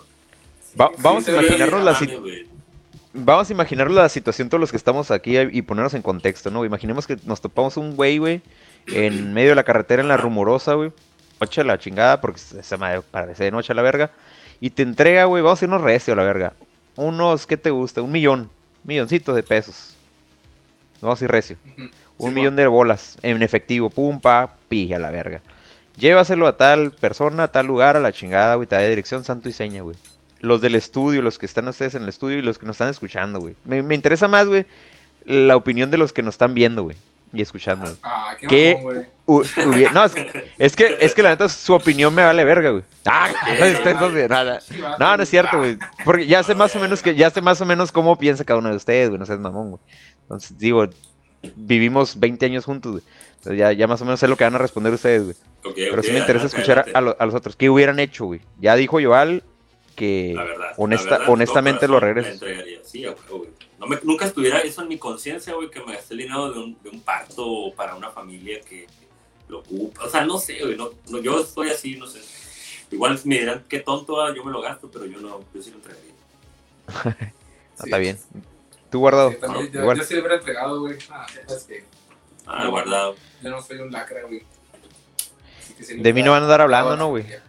S3: Vamos
S2: Sí,
S3: a
S2: sí,
S3: imaginarnos la
S1: Mames, güey.
S3: Vamos a imaginar la situación todos los que estamos aquí y ponernos en contexto, ¿no? Imaginemos que nos topamos un güey, en medio de la carretera en la Rumorosa, güey. Noche a la chingada, porque se me parece de noche a la verga. Y te entrega, güey, vamos a irnos recio a la verga. Unos, ¿qué te gusta? Milloncito de pesos. Vamos a ir recio.
S2: Ujú.
S3: Un
S2: Sí,
S3: millón de bolas en efectivo, pum, pa, pi, a la verga. Llévaselo a tal persona, a tal lugar, a la chingada, güey, te da dirección, santo y seña, güey. Los del estudio, los que están ustedes en el estudio y los que nos están escuchando, güey. Me interesa más, güey, la opinión de los que nos están viendo, güey, y escuchando, güey.
S2: Ah, qué
S3: ¿Qué?
S2: mamón, güey.
S3: No, es que la neta su opinión me vale verga, güey. Ah, nada. No, no es cierto, güey. Porque ya sé más o menos cómo piensa cada uno de ustedes, güey. No seas mamón, güey. Entonces, digo, vivimos 20 años juntos, güey. Entonces ya más o menos sé lo que van a responder ustedes, güey.
S1: Okay,
S3: Pero sí me interesa escuchar a los otros. ¿Qué hubieran hecho, güey? Ya dijo Joal que
S1: La verdad,
S3: honestamente lo
S1: la
S3: regreso.
S1: entregaría, sí, a huevo, güey. Nunca estuviera eso en mi conciencia, güey, que me gasté el dinero de un parto para una familia que lo ocupa. O sea, no sé, güey, yo estoy así, no sé. Igual me dirán qué tonto, yo me lo gasto, pero yo sí lo entregaría.
S3: No, está bien. ¿Tú guardado?
S2: Sí, también,
S3: ¿No? Igual.
S2: yo sí le hubiera entregado, güey. Es que
S1: Guardado.
S2: yo no soy un lacra, güey. Así que sí le
S3: De mí
S2: hubiera
S3: no van a andar
S2: entregado
S3: hablando,
S2: a la
S3: ¿no, güey?
S2: familia.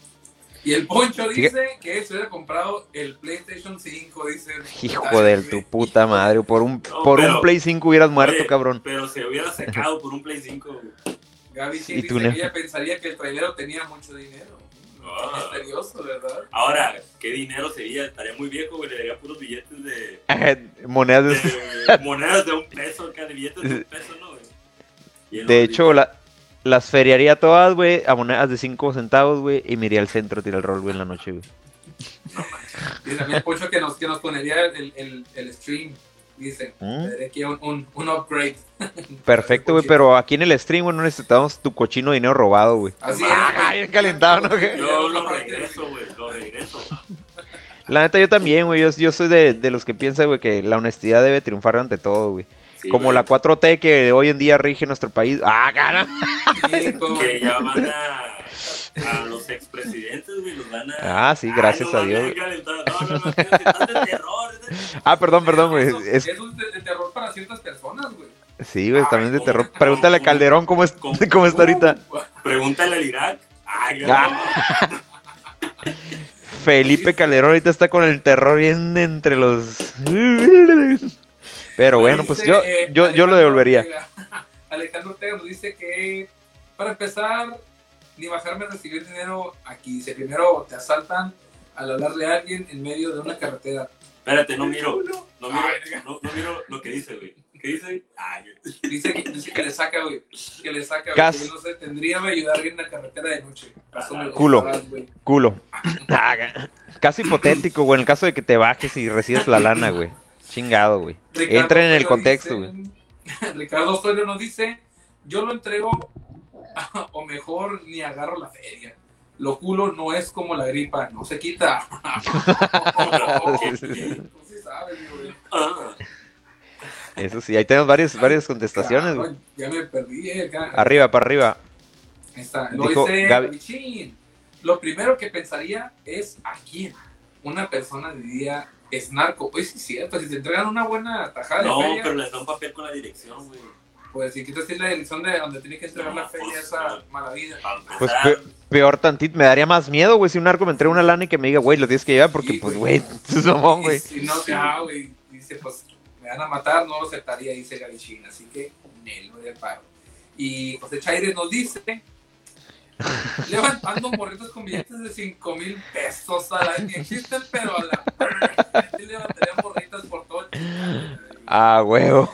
S2: Y el Poncho
S3: Fíjate.
S2: dice que se hubiera comprado el PlayStation 5, dice.
S3: Hijo de tu puta madre. Por un
S1: pero-
S3: Play 5 hubieras muerto,
S1: Oye,
S3: cabrón.
S1: Pero se hubiera secado por un Play 5, güey.
S2: Gaby sí
S3: Y
S2: dice
S3: tú,
S2: que
S3: ¿no?
S2: ella pensaría que el trailero tenía mucho dinero.
S1: Ah.
S2: Misterioso, ¿verdad?
S1: Ahora, ¿qué dinero sería? Estaría muy viejo, güey, le daría puros billetes de
S3: Monedas de...
S1: monedas de $1, acá, de billetes de $1, ¿no, güey? Y en
S3: De
S1: los
S3: hecho, las feriaría todas, güey, a monedas de 5 centavos, güey, y me iría al centro a tirar el rol, güey, en la noche, güey.
S2: Dice también el Poncho que nos ponería el stream. Dice,
S3: ¿Mm?
S2: tendría aquí un upgrade.
S3: Perfecto, güey, pero aquí en el stream, güey, no necesitamos tu cochino dinero robado, güey.
S2: Así
S3: Ah,
S2: es.
S3: bien calentado, ¿no?
S1: Yo lo regreso, güey, lo regreso.
S3: La neta, yo también, güey, yo soy de los que piensan, güey, que la honestidad debe triunfar ante todo, güey.
S1: Sí,
S3: Como
S1: güey,
S3: la 4T que hoy en día rige nuestro país. ¡Ah, cara!
S2: Sí, como-
S1: que ya van a los expresidentes, güey, los van a...
S3: Ah, sí, gracias
S1: no,
S3: a Dios.
S1: mames, calentado. No, estás de terror.
S3: Ah, perdón, güey.
S2: Es un de terror para ciertas personas, güey.
S3: Sí, güey, también es de
S1: Ay,
S3: terror.
S1: ¿cómo?
S3: Pregúntale a
S1: ¿Cómo?
S3: Calderón cómo está ahorita.
S1: Pregúntale al Irak. Ay,
S3: Ah. Felipe Calderón ahorita está con el terror bien entre los... Pero bueno, pues
S2: Dice,
S3: yo lo
S2: Alejandro
S3: devolvería.
S2: Ortega. Alejandro Ortega nos dice que para empezar, ni bajarme a recibir dinero aquí. Dice, primero te asaltan al hablarle a alguien en medio de una carretera.
S1: Espérate, no miro
S2: Ay,
S1: lo que dice, güey. ¿Qué dice? Ay,
S2: Dice que le saca, güey. Que le saca, güey.
S3: Gas.
S2: Que yo no sé, tendría que ayudar en la carretera de noche. Caso me
S3: Culo.
S2: gustarás, güey.
S3: Culo. Caso hipotético, güey, en el caso de que te bajes y recibes la lana, güey. Chingado, güey.
S2: Ricardo
S3: Entren en el
S2: Osorio
S3: contexto,
S2: dice-
S3: güey.
S2: Ricardo Osorio nos dice, yo lo entrego o mejor ni agarro la feria. Lo culo no es como la gripa, no se quita. Tú sí sabes, güey.
S1: ah.
S3: Eso sí, ahí tenemos varias contestaciones, güey.
S2: Cabrón, ya me perdí acá.
S3: Arriba, para arriba.
S2: Ahí está. Lo
S3: Dijo
S2: dice
S3: Gaby.
S2: Gabichín. Lo primero que pensaría es a quién. Una persona diría es narco. Pues sí, es cierto. Si te entregan una buena tajada de
S1: No,
S2: feria,
S1: pero les da un papel con la dirección, güey.
S2: pues si quitas la dirección de donde tienes que entregar la feria,
S1: pues,
S2: esa maravilla.
S1: Para
S3: Pues
S1: empezar,
S3: peor tantito, me daría más miedo, güey, si un narco me entrega una lana y que me diga, güey, lo tienes que llevar porque,
S2: Sí,
S3: pues,
S2: güey.
S3: güey, es mamón,
S2: Y
S3: güey.
S2: si no, güey. Dice, pues me van a matar, no lo aceptaría, dice Gabichín. Así que, Nelo de paro. Y José Chaires nos dice. Levantando morritos con billetes de 5,000 pesos a la que existen, pero a la gente levantaría morritas por todo el Chicano.
S3: Ah, huevo.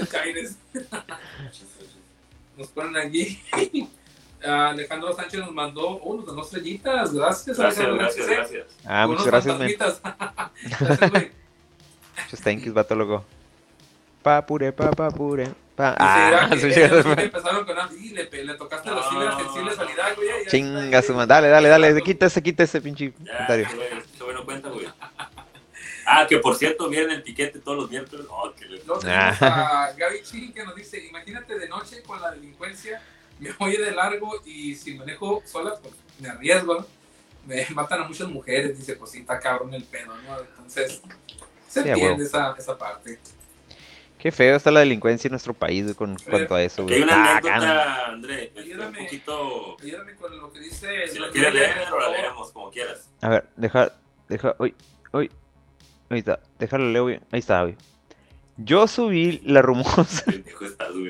S2: Nos ponen aquí. Alejandro Sánchez nos mandó nos donó estrellitas. Gracias,
S1: gracias,
S2: Alejandro.
S1: gracias, gracias.
S3: Ah, muchas gracias, men.
S2: Gracias, güey.
S3: Muchos thank yous, vato loco. Papure, papure.
S2: Empezaron con le tocaste los ciles sensibles al Hidalgo, güey.
S3: Chinga su madre. Dale, quita ese pinche
S1: Ya,
S3: comentario.
S1: qué bueno cuenta, güey. Ah, que por cierto, miren el piquete todos los miércoles. Oh, que le...
S2: Luego tenemos a Gaby Chiri que nos dice, imagínate de noche con la delincuencia, me voy de largo y si manejo sola, pues me arriesgo, ¿no? Me matan a muchas mujeres, dice, pues sí, está cabrón el pedo, ¿no? Entonces, se entiende esa parte.
S3: Qué feo está la delincuencia en nuestro país, güey, con cuanto a eso,
S1: Aquí hay
S3: güey.
S1: una anécdota, André, un poquito...
S2: Ayúdame con lo que dice...
S1: Si lo quieres leer, o la leemos, como quieras.
S3: A ver, deja, uy, ahí está, déjalo leo, güey, ahí está, güey. Yo subí la rumosa.
S1: Pendejo estás, güey.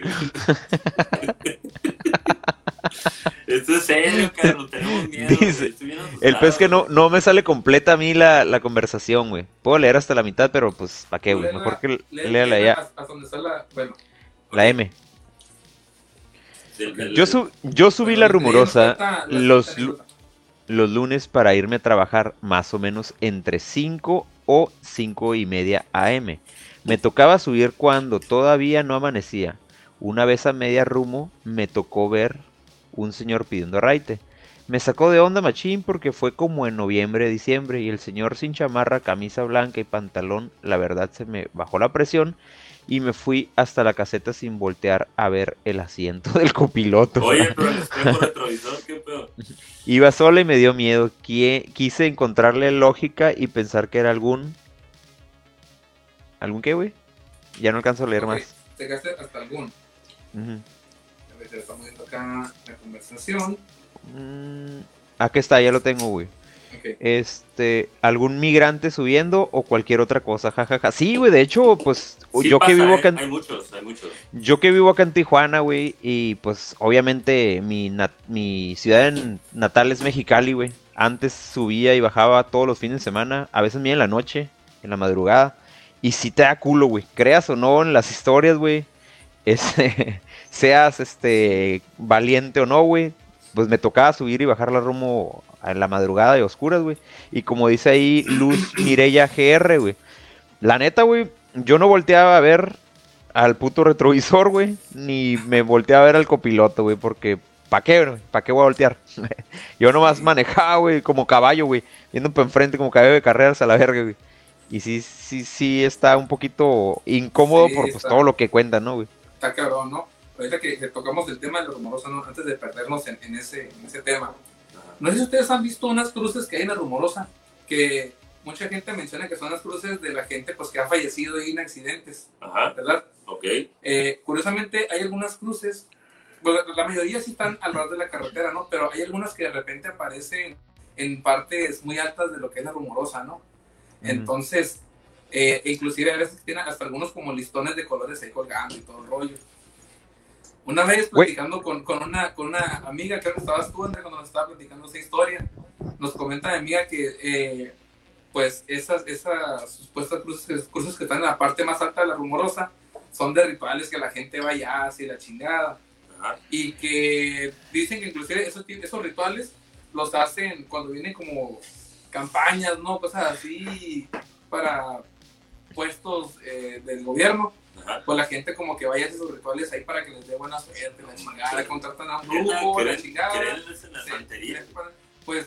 S1: Esto es serio, Carlos, tenemos miedo.
S3: Dice, el pez que no me sale completa a mí la conversación, güey. Puedo leer hasta la mitad, pero pues, ¿para qué, güey? Mejor que léala ya.
S2: Hasta donde está la... Bueno.
S3: La M. Yo subí la rumorosa los lunes para irme a trabajar más o menos entre 5 o 5:30 AM. Me tocaba subir cuando todavía no amanecía. Una vez a media rumo me tocó ver un señor pidiendo raite. Me sacó de onda machín porque fue como en noviembre, diciembre y el señor sin chamarra, camisa blanca y pantalón, la verdad se me bajó la presión y me fui hasta la caseta sin voltear a ver el asiento del copiloto.
S1: Oye, pero el espejo retrovisor, ¿qué pedo?
S3: Iba sola y me dio miedo. Quise encontrarle lógica y pensar que era ¿algún qué, güey? Ya no alcanzo a leer más.
S2: Te quedaste hasta algún. A ver, estamos viendo acá la conversación.
S3: Aquí está, ya lo tengo, güey.
S2: Okay.
S3: Algún migrante subiendo o cualquier otra cosa, jajaja. Sí, güey, de hecho, pues
S1: Sí
S3: yo
S1: pasa,
S3: que vivo acá
S1: hay muchos.
S3: Yo que vivo acá en Tijuana, güey, y pues obviamente mi ciudad natal es Mexicali, güey. Antes subía y bajaba todos los fines de semana, a veces en la noche, en la madrugada, y sí te da culo, güey. Creas o no en las historias, güey. Seas valiente o no, güey. Pues me tocaba subir y bajar la rumbo en la madrugada de oscuras, güey. Y como dice ahí Luz Mireya GR, güey. La neta, güey, yo no volteaba a ver al puto retrovisor, güey. Ni me volteaba a ver al copiloto, güey. Porque, ¿para qué, güey? ¿Para qué voy a voltear? Yo nomás manejaba, güey, como caballo, güey. Viendo para enfrente como caballo de carreras a la verga, güey. Y sí está un poquito incómodo por pues, todo lo que cuentan, ¿no, güey?
S2: Está cabrón, ¿no? Ahorita que tocamos el tema de lo rumoroso, ¿no? Antes de perdernos en ese tema. No sé si ustedes han visto unas cruces que hay en la rumorosa, que mucha gente menciona que son las cruces de la gente pues, que ha fallecido en accidentes.
S1: Ajá.
S2: ¿Verdad?
S1: Ok.
S2: Curiosamente, hay algunas cruces, bueno, la mayoría sí están alrededor de la carretera, ¿no? Pero hay algunas que de repente aparecen en partes muy altas de lo que es la rumorosa, ¿no? Entonces, inclusive a veces tienen hasta algunos como listones de colores ahí colgando y todo el rollo. Una vez platicando con una amiga, creo que estabas tú, André, cuando nos estaba platicando esa historia, nos comenta mi amiga que pues esas supuestas cruces que están en la parte más alta de la rumorosa son de rituales que la gente va allá hacia la chingada.
S1: Ajá.
S2: Y que dicen que inclusive esos rituales los hacen cuando vienen como campañas, ¿no? Cosas así para puestos del gobierno.
S1: Ajá.
S2: Pues la gente como que vaya a esos rituales ahí para que les dé buena suerte, la chingada, contratan a un grupo, la chingada.
S1: ¿Crees en la santería?
S2: Pues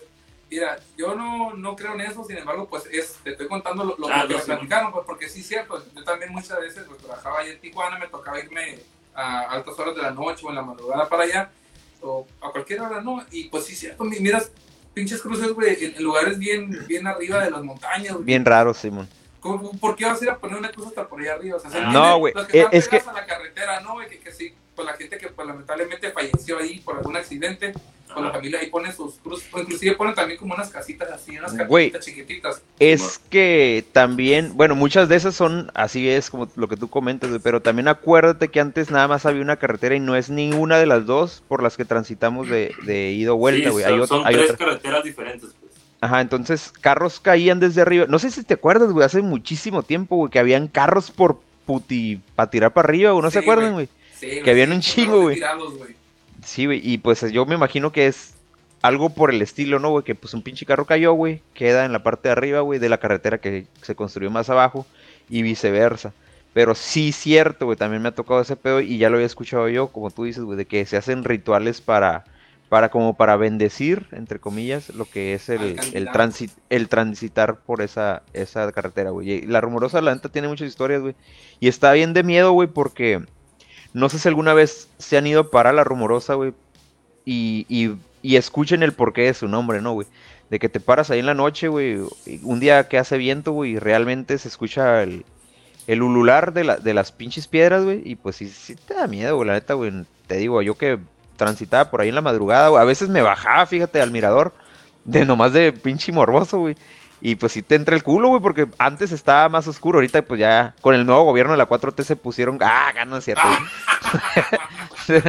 S2: Mira, yo no creo en eso, sin embargo, pues te estoy contando lo que me
S1: sí.
S2: platicaron, pues porque sí es cierto, yo también muchas veces pues, trabajaba ahí en Tijuana, me tocaba irme a altas horas de la noche o en la madrugada para allá, o a cualquier hora, ¿no? Y pues sí es cierto, miras pinches cruces, güey, en lugares bien arriba de las montañas, güey.
S3: Bien raro, Simón.
S2: ¿Por qué vas a ir a poner una cruz hasta por allá arriba? O sea, se
S3: No,
S2: entiende
S3: güey,
S2: los que están
S3: es que-
S2: pegados a la carretera, ¿no? Que sí, pues la gente que pues lamentablemente falleció ahí por algún accidente, con la familia ahí pone sus cruces, o inclusive ponen también como unas casitas así, unas
S3: Güey.
S2: casitas chiquititas.
S3: Es que también, bueno, muchas de esas son, así es como lo que tú comentas, güey, pero también acuérdate que antes nada más había una carretera y no es ninguna de las dos por las que transitamos de ida o vuelta,
S1: Sí,
S3: güey.
S1: son
S3: Hay
S1: tres
S3: otra.
S1: carreteras diferentes, pues.
S3: Ajá, entonces carros caían desde arriba. No sé si te acuerdas, güey, hace muchísimo tiempo, güey, que habían carros por puti para tirar para arriba, güey, ¿no
S2: Sí,
S3: se acuerdan, güey?
S2: Sí,
S3: Que habían
S2: sí,
S3: un
S2: son
S3: chingo,
S2: carros
S3: güey.
S2: tirados, güey.
S3: Sí, güey, y pues yo me imagino que es algo por el estilo, ¿no, güey? Que pues un pinche carro cayó, güey, queda en la parte de arriba, güey, de la carretera que se construyó más abajo y viceversa. Pero sí, cierto, güey, también me ha tocado ese pedo y ya lo había escuchado yo, como tú dices, güey, de que se hacen rituales como para bendecir, entre comillas, lo que es
S2: Al candidato.
S3: el transitar por esa carretera, güey. Y la Rumorosa, la neta, tiene muchas historias, güey. Y está bien de miedo, güey, porque no sé si alguna vez se han ido para la Rumorosa, güey, y escuchen el porqué de su nombre, ¿no, güey? De que te paras ahí en la noche, güey, un día que hace viento, güey, y realmente se escucha el ulular de las pinches piedras, güey, y pues sí te da miedo, güey, la neta, güey. Te digo, yo que transitaba por ahí en la madrugada, güey, a veces me bajaba, fíjate, al mirador, de nomás de pinche morboso, güey. Y pues sí te entra el culo, güey, porque antes estaba más oscuro, ahorita pues ya con el nuevo gobierno de la 4T se pusieron... no es cierto, güey.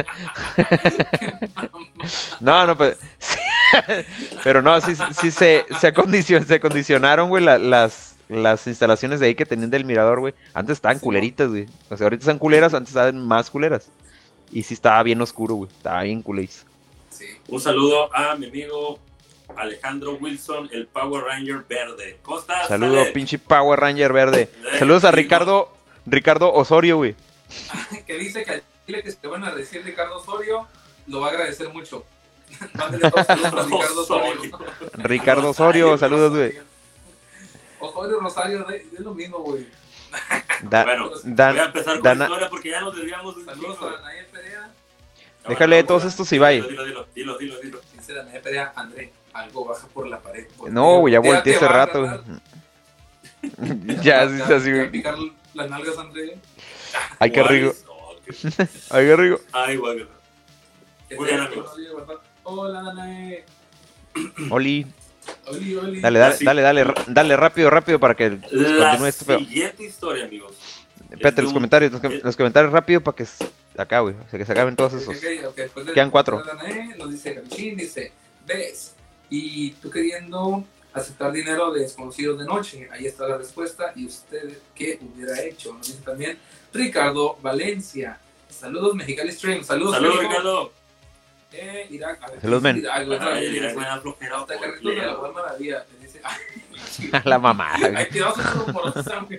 S3: No, pues... Pero no, sí se acondicionaron, güey, las instalaciones de ahí que tenían del mirador, güey. Antes estaban
S2: Sí,
S3: culeritas, güey. O sea, ahorita están culeras, antes estaban más culeras. Y sí estaba bien oscuro, güey. Estaba bien culeris.
S2: sí.
S1: Un saludo a mi amigo Alejandro Wilson, el Power Ranger verde. ¿Cómo estás?
S3: Saludo,
S1: Ale?
S3: pinche Power Ranger verde. Saludos a
S1: Sí,
S3: Ricardo Osorio, güey.
S2: Que dice que al chile que se te van a decir Ricardo Osorio, lo va a agradecer mucho. Mándale todos saludos a Ricardo Osorio.
S3: Ricardo Osorio, saludos, güey.
S2: Osorio Rosario, es lo mismo, güey.
S1: Bueno, voy a empezar con la historia porque ya nos desviamos de
S2: Saludos a Danae Perea.
S3: Déjale todos estos y bye.
S1: Dilo.
S2: Dice Danae Perea, André, algo baja por la pared.
S3: No, güey, ya volteé
S2: te
S3: hace
S2: va a
S3: rato, güey.
S2: agarrar.
S3: Ya, sí, así,
S2: Te va a
S3: güey.
S2: picar las nalgas, André.
S3: Ay, qué rico. Ay, qué rico.
S1: Ay, güey. Muy bien, amigos.
S2: Hola, Danae.
S3: Oli.
S2: Oli.
S3: Dale, rápido para que
S1: La
S3: continúe esto, pero...
S1: siguiente historia, amigos.
S3: Espérate, los comentarios rápido para que acá, güey, o sea, que se acaben todos esos.
S2: Okay.
S3: Quedan 4.
S2: Danae nos dice Camichín, dice, ves, y tú queriendo aceptar dinero de desconocidos de noche, ahí está la respuesta, y usted, ¿qué hubiera hecho? Nos dice también Ricardo Valencia. Saludos, Mexicali Stream. Saludos,
S1: Ricardo.
S2: Irak.
S3: Saludos, men.
S1: Irak me da flojera.
S2: Hasta Carlitos de la Buena Maravilla. Te dice,
S3: La mamá.
S2: ay, te vas a hacer rumorosa, güey.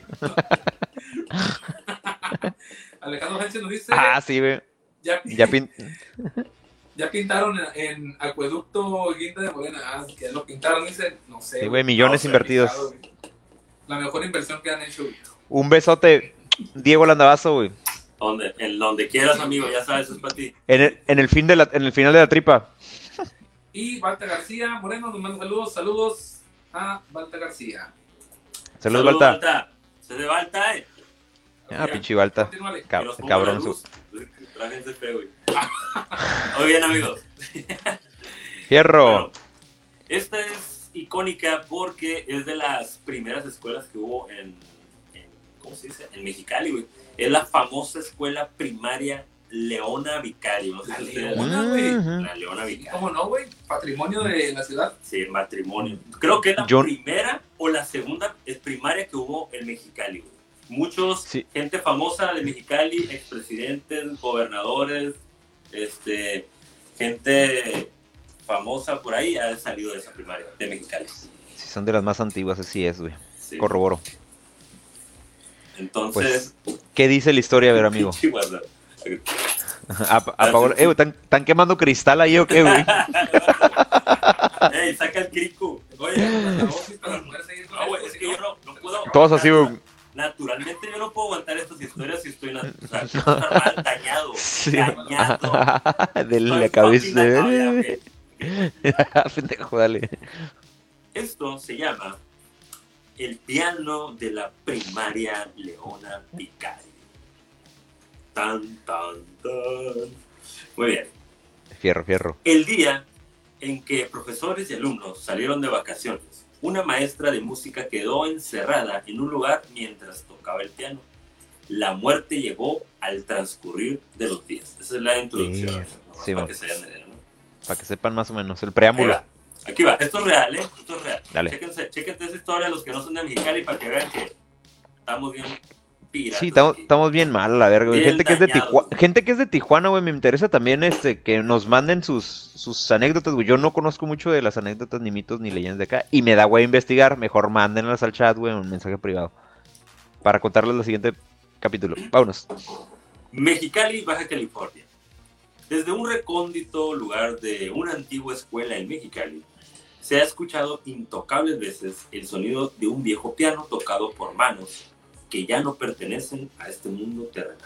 S2: Alejandro Sánchez nos dice.
S3: Sí, güey.
S2: Ya pintaron en Acueducto Guinda de Morena. Que lo pintaron, dice, no sé.
S3: Sí, güey, millones invertidos.
S2: La mejor inversión que han hecho, güey.
S3: Un besote, Diego Landavazo, güey.
S1: En donde quieras, amigo, ya sabes, es para ti.
S3: En el final de la tripa.
S2: Y Balta García Moreno nos manda saludos a Balta García.
S3: Saludos, Balta.
S1: Se de Balta,
S3: Pinche Balta. Cabrón.
S1: Trájense feo, güey. Muy bien, amigos.
S3: Fierro.
S1: Bueno, esta es icónica porque es de las primeras escuelas que hubo ¿cómo se dice? En Mexicali, güey. Es la famosa escuela primaria Leona Vicario. No sé si ustedes... La Leona Vicario.
S2: ¿Cómo no, güey? Patrimonio de la ciudad.
S1: Sí, matrimonio. Creo que es la primera o la segunda primaria que hubo en Mexicali, güey. Gente famosa de Mexicali, expresidentes, gobernadores, gente famosa por ahí ha salido de esa primaria de Mexicali.
S3: Sí, son de las más antiguas, así es, güey.
S1: Sí.
S3: Corroboro.
S1: Entonces,
S3: pues, ¿qué dice la historia, a ver, amigo? Apagó. Güey, ¿están quemando cristal ahí o qué, güey?
S1: ¡Ey, saca el crico! Oye,
S2: La voz es para poder seguir con
S1: no, güey,
S2: esto,
S1: es
S2: si
S1: que yo no puedo.
S3: Todos así, güey.
S1: Naturalmente yo no puedo aguantar estas historias si estoy, o sea, si estoy mal, dañado.
S3: Sí.
S1: Dañado.
S3: De la
S1: Estoy
S3: cabeza.
S1: fucking dañado ya, ok.
S3: Pendejo, dale.
S1: Esto se llama el piano de la primaria Leona Vicari. Tan, tan, tan. Muy bien.
S3: Fierro.
S1: El día en que profesores y alumnos salieron de vacaciones, una maestra de música quedó encerrada en un lugar mientras tocaba el piano. La muerte llegó al transcurrir de los días. Esa es la introducción.
S3: Sí,
S1: para
S3: man.
S1: que se vayan de, ¿no?
S3: Para que sepan más o menos el
S1: Ahí
S3: preámbulo.
S1: va. Aquí va. Esto es real, ¿eh? Esto es real.
S3: Dale.
S1: Chéquense esa historia los que no son de Mexicali para que vean que estamos bien piratas.
S3: Sí,
S1: aquí.
S3: estamos bien mal, la verga, güey.
S1: Bien
S3: Gente que es de
S1: dañados,
S3: Tijuana,
S1: güey.
S3: gente que es de Tijuana, güey, me interesa también que nos manden sus anécdotas, güey. Yo no conozco mucho de las anécdotas, ni mitos, ni leyendas de acá. Y me da güey investigar. Mejor mándenlas al chat, güey, un mensaje privado. Para contarles el siguiente capítulo. Vámonos.
S1: Mexicali, Baja California. Desde un recóndito lugar de una antigua escuela en Mexicali, se ha escuchado intocables veces el sonido de un viejo piano tocado por manos que ya no pertenecen a este mundo terrenal.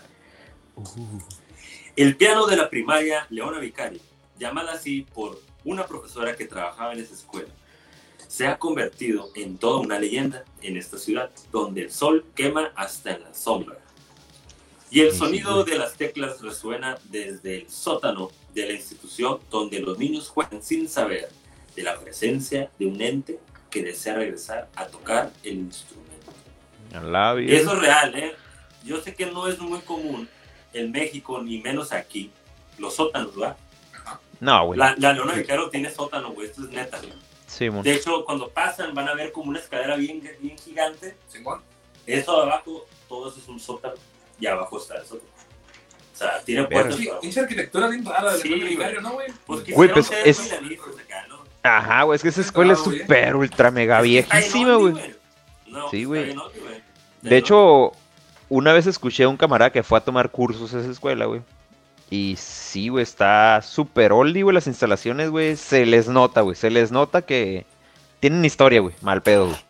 S1: El piano de la primaria Leona Vicari, llamada así por una profesora que trabajaba en esa escuela, se ha convertido en toda una leyenda en esta ciudad, donde el sol quema hasta en la sombra. Y el sonido de las teclas resuena desde el sótano de la institución donde los niños juegan sin saber de la presencia de un ente que desea regresar a tocar el instrumento.
S3: A la
S1: Y
S3: vida.
S1: eso es real, ¿eh? Yo sé que no es muy común en México, ni menos aquí, los sótanos, ¿verdad?
S3: No, güey.
S1: La Leona Vicari tiene sótano, güey, esto es neta, güey.
S3: Sí, mon.
S1: De hecho, cuando pasan van a ver como una escalera bien gigante.
S2: Simón.
S1: Eso de abajo, todo eso es un sótano. Y abajo está el sótano. O sea, tiene
S3: Verga.
S1: puertas.
S2: Sí,
S1: para-
S2: pinche arquitectura bien rara del
S1: Sí,
S2: mundo
S1: güey.
S2: vicario, ¿no, güey?
S1: Pues
S3: Güey,
S1: quisieron
S3: pues,
S1: ser
S3: es-
S1: milanistas acá, ¿no?
S3: Ajá, güey, es que esa escuela es
S2: güey.
S3: súper ultra mega viejísima, güey.
S1: No,
S3: Sí,
S1: sí,
S3: güey.
S1: güey.
S3: De hecho, una vez escuché a un camarada que fue a tomar cursos a esa escuela, güey. Y sí, güey, está súper oldie, güey, las instalaciones, güey. Se les nota, güey. Se les nota que tienen historia, güey. Mal pedo, güey.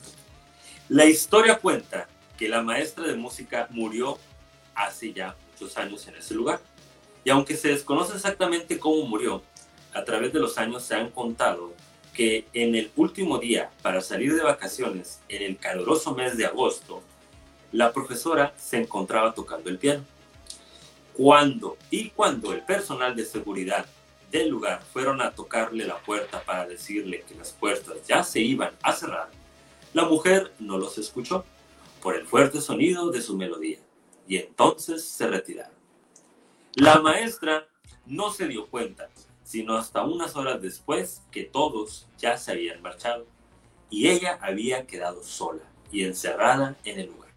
S1: La historia cuenta que la maestra de música murió hace ya muchos años en ese lugar. Y aunque se desconoce exactamente cómo murió, a través de los años se han contado que en el último día para salir de vacaciones, en el caluroso mes de agosto, la profesora se encontraba tocando el piano. Cuando el personal de seguridad del lugar fueron a tocarle la puerta para decirle que las puertas ya se iban a cerrar, la mujer no los escuchó por el fuerte sonido de su melodía y entonces se retiraron. La maestra no se dio cuenta, sino hasta unas horas después que todos ya se habían marchado y ella había quedado sola y encerrada en el lugar.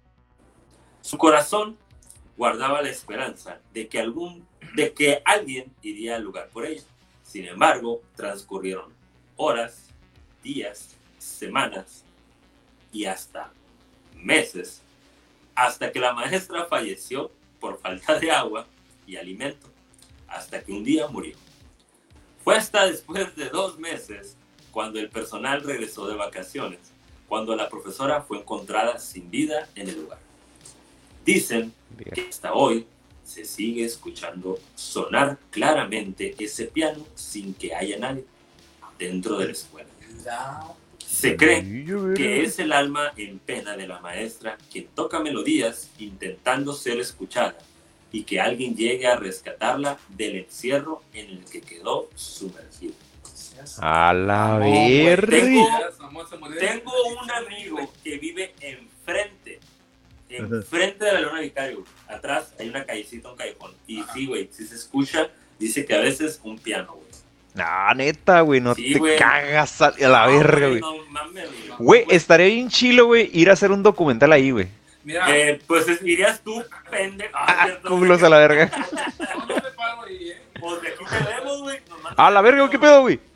S1: Su corazón guardaba la esperanza de que alguien iría al lugar por ella. Sin embargo, transcurrieron horas, días, semanas y hasta meses, hasta que la maestra falleció por falta de agua y alimento, hasta que un día murió. Fue hasta después de 2 meses, cuando el personal regresó de vacaciones, cuando la profesora fue encontrada sin vida en el lugar. Dicen que hasta hoy se sigue escuchando sonar claramente ese piano sin que haya nadie dentro de la escuela. Se cree que es el alma en pena de la maestra quien toca melodías intentando ser escuchada y que alguien llegue a rescatarla del encierro en el que quedó sumergida.
S3: A la
S2: güey,
S3: verga.
S1: Tengo un amigo que vive enfrente de la Leona Vicario. Atrás hay una callecita, un callejón. Y sí, güey, si se escucha, dice que a veces un piano, güey.
S3: Ah, neta, güey, no
S1: Sí,
S3: te
S1: güey.
S3: cagas a la verga, güey.
S1: No mames,
S3: Güey, estaría bien chilo, güey, ir a hacer un documental ahí, güey.
S2: Mira,
S1: pues irías tú, pendejo.
S3: Culos a la verga.
S2: no te paro ahí,
S1: Pues de aquí te vemos, güey.
S3: A la verga, ¿qué pedo, güey?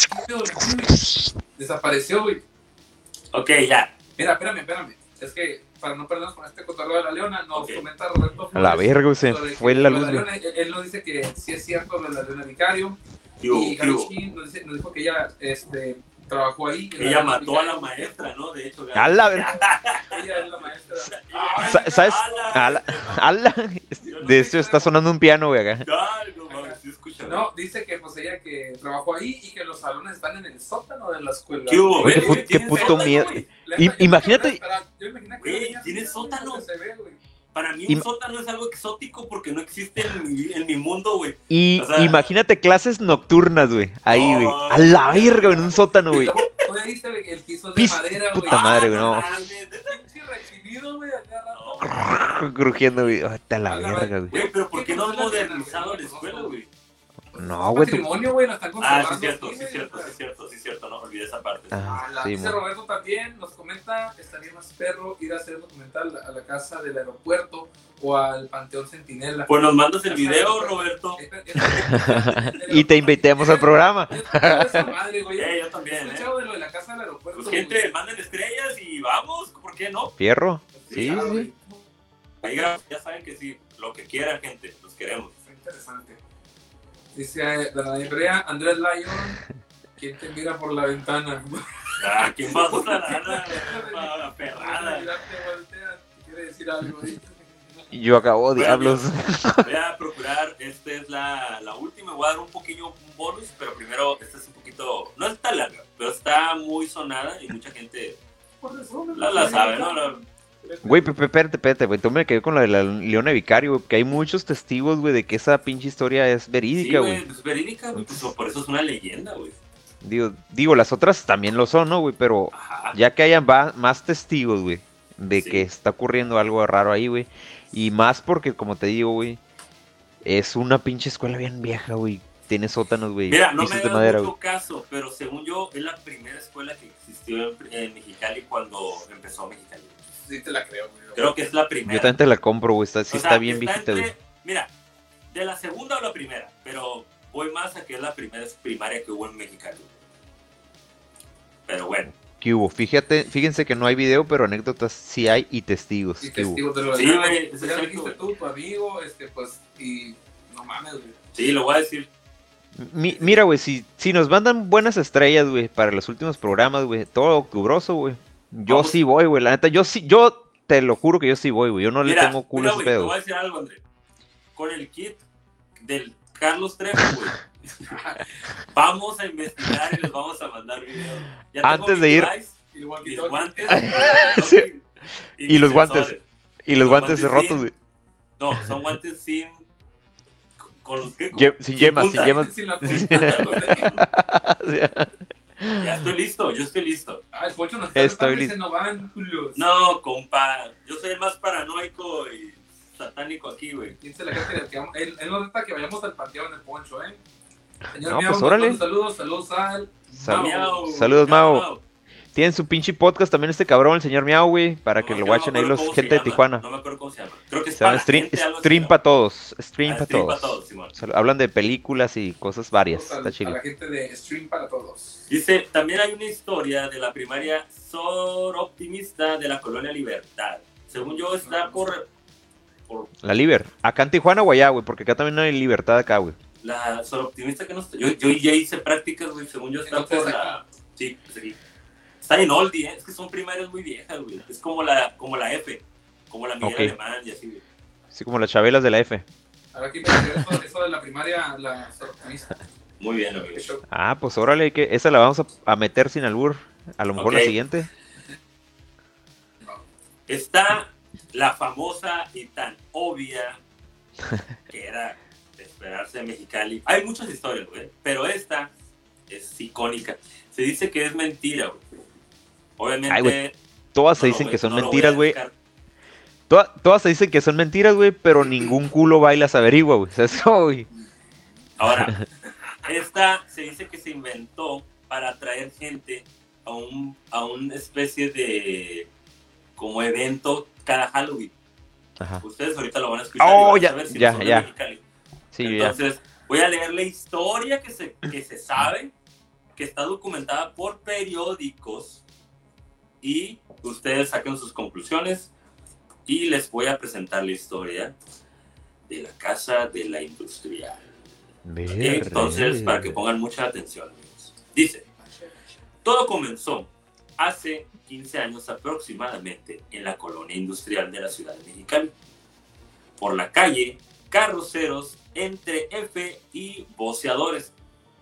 S2: Desapareció, güey.
S1: Ok, ya.
S2: Mira, espérame. Es que para no perdernos con este cotorreo de la Leona, nos
S1: Ok.
S2: comenta Roberto
S3: A la
S2: Flores
S3: verga, güey, se
S2: sobre
S3: fue
S2: que
S3: la
S2: lo
S3: luz,
S2: de
S3: güey.
S2: Leona, él nos dice que sí es cierto lo de la Leona Vicario.
S1: ¿Qué hubo?
S2: Y
S1: ¿Qué hubo?
S2: Gaby nos dijo que ella trabajó ahí. en la
S1: Ella
S2: Leona
S1: mató a la
S2: Vicario.
S1: maestra, ¿no? De hecho,
S3: A la verga.
S2: Ella es la maestra.
S3: ¿Sabes? Ala. De hecho, está sonando un piano, güey, acá.
S1: Ay, no mames, sí escucha.
S2: No, dice que pues ella que trabajó ahí y que los salones están en el sótano de la escuela.
S1: ¿Qué hubo?
S3: Güey,
S1: Güey,
S3: qué
S1: ¿tienes
S3: puto
S1: sótano,
S3: miedo.
S1: güey?
S3: Imagínate.
S2: Yo imagino que
S1: Güey,
S2: la niña
S1: ¿tienes
S2: sí
S1: sótano?
S2: se ve, güey.
S1: Para mí
S3: Im-
S1: un sótano es algo exótico porque no existe en mi mundo, güey.
S3: Y
S1: O sea-
S3: imagínate clases nocturnas, güey. Ahí, güey.
S1: No,
S3: A la
S1: güey.
S3: verga, güey, en un sótano, güey.
S2: Oye, viste güey, el piso de
S3: Pis-
S2: madera, güey.
S3: puta madre, güey, no.
S1: mames.
S2: Pinche recibido, güey, acá rato.
S1: No,
S3: Crujiendo, güey. Ay, está la
S2: A la
S3: verga, güey.
S1: güey, pero ¿por qué no han
S2: ¿Qué consola
S1: modernizado la
S2: tienen, güey?
S1: escuela, güey?
S3: No, güey.
S2: Patrimonio, güey, la están
S1: Ah,
S2: conservando.
S1: sí es cierto,
S2: aquí,
S1: sí es
S2: güey,
S1: cierto,
S2: o sea.
S1: sí es cierto, sí es cierto, no olvidé esa parte.
S3: Sí,
S2: Dice
S3: mo.
S2: Roberto también, nos comenta, estaría más perro ir a hacer un documental a la casa del aeropuerto o al Panteón Centinela.
S1: Pues nos mandas el video, Roberto.
S3: Y te invitemos al programa.
S2: Madre, güey.
S1: Yo también,
S2: He escuchado de lo de la casa del aeropuerto.
S1: Pues gente, manden estrellas y vamos, ¿por qué no?
S3: Fierro.
S1: Sí,
S3: Sí,
S2: claro,
S3: sí.
S2: güey.
S1: Ahí ya saben que sí, lo que quieran, gente, los queremos.
S2: Está interesante. Dice Dana Andrea, Andrés Lyon, ¿quién te mira por la ventana?
S1: Ah, ¿quién va a usar la perrada?
S2: Quiere decir algo.
S3: Yo acabo,
S1: Bueno,
S3: diablos.
S1: Voy a procurar, esta es la última, voy a dar un pequeño bonus, pero primero, esta es un poquito, no está larga, pero está muy sonada y mucha gente la sabe, ¿no?
S3: Güey, espérate, güey. Tú me quedé con la de la Leona Vicario, güey. Que hay muchos testigos, güey, de que esa pinche historia es
S1: Sí,
S3: verídica,
S1: güey,
S3: güey.
S1: pues verídica, güey, pues por eso es una leyenda, güey.
S3: Digo, las otras también lo son, ¿no, güey? Pero
S1: Ajá.
S3: ya que haya más testigos, güey, de
S1: Sí.
S3: que está ocurriendo algo raro ahí, güey. Y más porque, como te digo, güey, es una pinche escuela bien vieja, güey. Tiene sótanos, güey.
S1: Mira, no me
S3: Pisos de
S1: da
S3: madera,
S1: mucho
S3: güey.
S1: caso, pero según yo, es la primera escuela que existió en Mexicali cuando empezó Mexicali.
S2: Sí, te la creo, güey.
S1: Creo que es la primera.
S3: Yo también te la compro, güey. Sí
S1: O sea,
S3: está bien viejita,
S1: entre-
S3: güey.
S1: Mira, de la segunda o la primera, pero voy más a que es la primera primaria que hubo en Mexicali. Pero bueno.
S3: ¿Qué hubo? Fíjense que no hay video, pero anécdotas sí hay y testigos.
S2: Y
S3: ¿Qué hubo?
S2: testigos de lo de
S1: Sí,
S2: nada.
S1: güey,
S2: Pues
S1: eso
S2: ya
S1: es
S2: lo dijiste
S1: cierto,
S2: tú, tu amigo, pues, y no mames, güey.
S1: Sí, lo voy a decir.
S3: Mira, güey, si nos mandan buenas estrellas, güey, para los últimos programas, güey, todo octubroso, güey. Yo
S1: Vamos.
S3: sí voy, güey, la neta, yo te lo juro que yo sí voy, güey. Yo no le tengo culo a ese
S1: güey, te
S3: pedo.
S1: voy a decir algo, André. Con el kit del Carlos Trejo, güey. Vamos a investigar y les vamos a mandar videos. Ya tengo
S3: Antes
S1: mis
S3: de ir-
S1: device,
S2: Y el
S1: mis
S2: walkie-talkie.
S1: guantes.
S3: Sí. Y
S1: mis
S3: los guantes.
S1: sensores.
S3: Y los
S1: Los
S3: guantes
S1: guantes
S3: rotos,
S1: sí.
S3: güey.
S1: No, son guantes sin. Con los que.
S3: Sin yemas,
S1: punta.
S3: sin yemas.
S2: Sin la
S1: Sin
S2: punta.
S1: punta, güey. Ya estoy listo, yo estoy listo.
S2: Ah, el Poncho nos
S3: Estoy
S2: está
S3: listo.
S2: no van, culos.
S1: No, compa. Yo soy el más paranoico y satánico aquí, güey.
S2: ¿Quién se la gente que vamos? Él nos nota que vayamos al panteón del Poncho, ¿eh? Señor
S3: No,
S2: Miau,
S3: pues, órale.
S2: Saludos al
S3: Sal-
S2: Mau.
S3: Saludos, Mau.
S1: Mau.
S3: Tienen su pinche podcast también este cabrón, el señor Miau, güey, para que
S1: No,
S3: lo
S1: no me
S3: watchen ahí
S1: acuerdo
S3: los
S1: cómo
S3: gente
S1: se
S3: de
S1: llama,
S3: Tijuana.
S1: No me acuerdo cómo se llama. Creo que es
S3: Se llama
S1: para gente, algo así,
S3: Stream
S1: ¿no?
S3: para todos. Stream
S1: Ah,
S3: para
S1: Stream para
S3: todos.
S1: todos, Simón.
S3: Hablan de películas y cosas varias.
S2: Saludos
S3: Está
S2: a
S3: chido.
S2: la gente de Stream para todos.
S1: Dice, también hay una historia de la primaria Optimista de la Colonia Libertad. Según yo, está por
S3: La Liber. Acá en Tijuana o allá, güey, porque acá también no hay libertad acá, güey.
S1: la Optimista que no está. Yo ya hice prácticas, güey. Según yo, está
S2: Entonces,
S1: por la. Sí, pues aquí. Está en oldie, ¿eh? Es que son primarias muy viejas, güey. Es como la F, como la Miguel
S3: Ok.
S1: Alemán y así, güey.
S3: Así como las chabelas de la F.
S2: Ahora aquí me refiero eso de la primaria, la sorpresa.
S1: Muy bien, amigo.
S3: Ah, pues órale, que esa la vamos a meter sin albur. A lo mejor
S1: Ok.
S3: la siguiente.
S1: Está la famosa y tan obvia que era de esperarse de Mexicali. Hay muchas historias, güey, pero esta es icónica. Se dice que es mentira, güey. Obviamente.
S3: Ay, güey, Todas se
S1: no,
S3: dicen
S1: güey,
S3: que son
S1: no lo voy a
S3: mentiras, güey.
S1: descartar.
S3: Todas se dicen que son mentiras, güey, pero ningún culo va y las averigua, güey. ¿Sabes cómo, güey?
S1: Ahora, esta se dice que se inventó para atraer gente a una especie de como evento cada Halloween.
S3: Ajá.
S1: Ustedes ahorita lo van a escuchar.
S3: Oh,
S1: y van a
S3: ya,
S1: saber si
S3: ya,
S1: no son de
S3: ya.
S1: Mexicali.
S3: Sí, ya.
S1: Entonces, voy a leer la historia que se sabe, que está documentada por periódicos, y ustedes saquen sus conclusiones. y les voy a presentar la historia de la casa de la industrial. Entonces, para que pongan mucha atención, amigos. Dice, todo comenzó hace 15 años aproximadamente en la colonia industrial de la ciudad de Mexicali. Por la calle Carroceros entre F y Boceadores.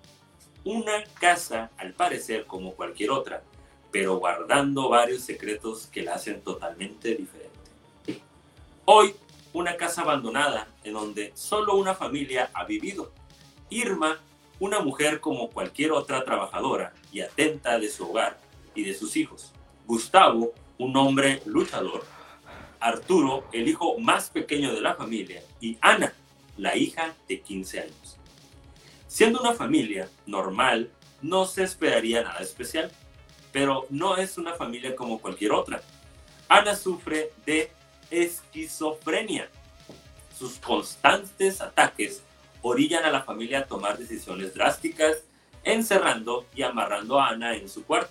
S1: Una casa, al parecer, como cualquier otra, pero guardando varios secretos que la hacen totalmente diferente. Hoy, una casa abandonada en donde solo una familia ha vivido. Irma, una mujer como cualquier otra trabajadora y atenta de su hogar y de sus hijos. Gustavo, un hombre luchador. Arturo, el hijo más pequeño de la familia. Y Ana, la hija de 15 años. Siendo una familia normal, no se esperaría nada especial, pero no es una familia como cualquier otra. Ana sufre de esquizofrenia. Sus constantes ataques orillan a la familia a tomar decisiones drásticas, encerrando y amarrando a Ana en su cuarto.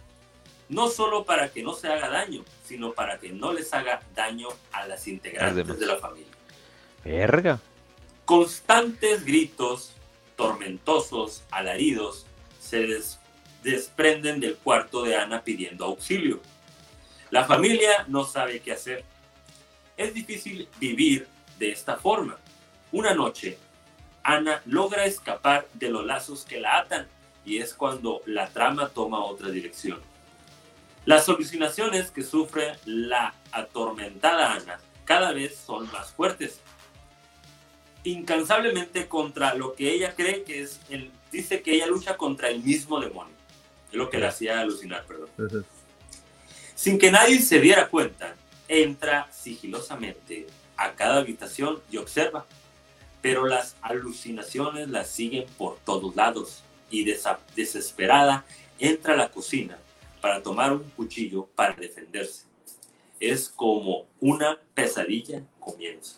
S1: No solo para que no se haga daño, sino para que no les haga daño a las integrantes de la familia.
S3: Verga.
S1: Constantes gritos, tormentosos, alaridos, se desprenden del cuarto de Ana pidiendo auxilio. La familia no sabe qué hacer. Es difícil vivir de esta forma. Una noche, Ana logra escapar de los lazos que la atan y es cuando la trama toma otra dirección. Las alucinaciones que sufre la atormentada Ana cada vez son más fuertes. Incansablemente contra lo que ella cree que es dice que ella lucha contra el mismo demonio. Es lo que le hacía alucinar, perdón. Uh-huh. Sin que nadie se diera cuenta, entra sigilosamente a cada habitación y observa. Pero las alucinaciones la siguen por todos lados y desesperada entra a la cocina para tomar un cuchillo para defenderse. Es como una pesadilla comienza.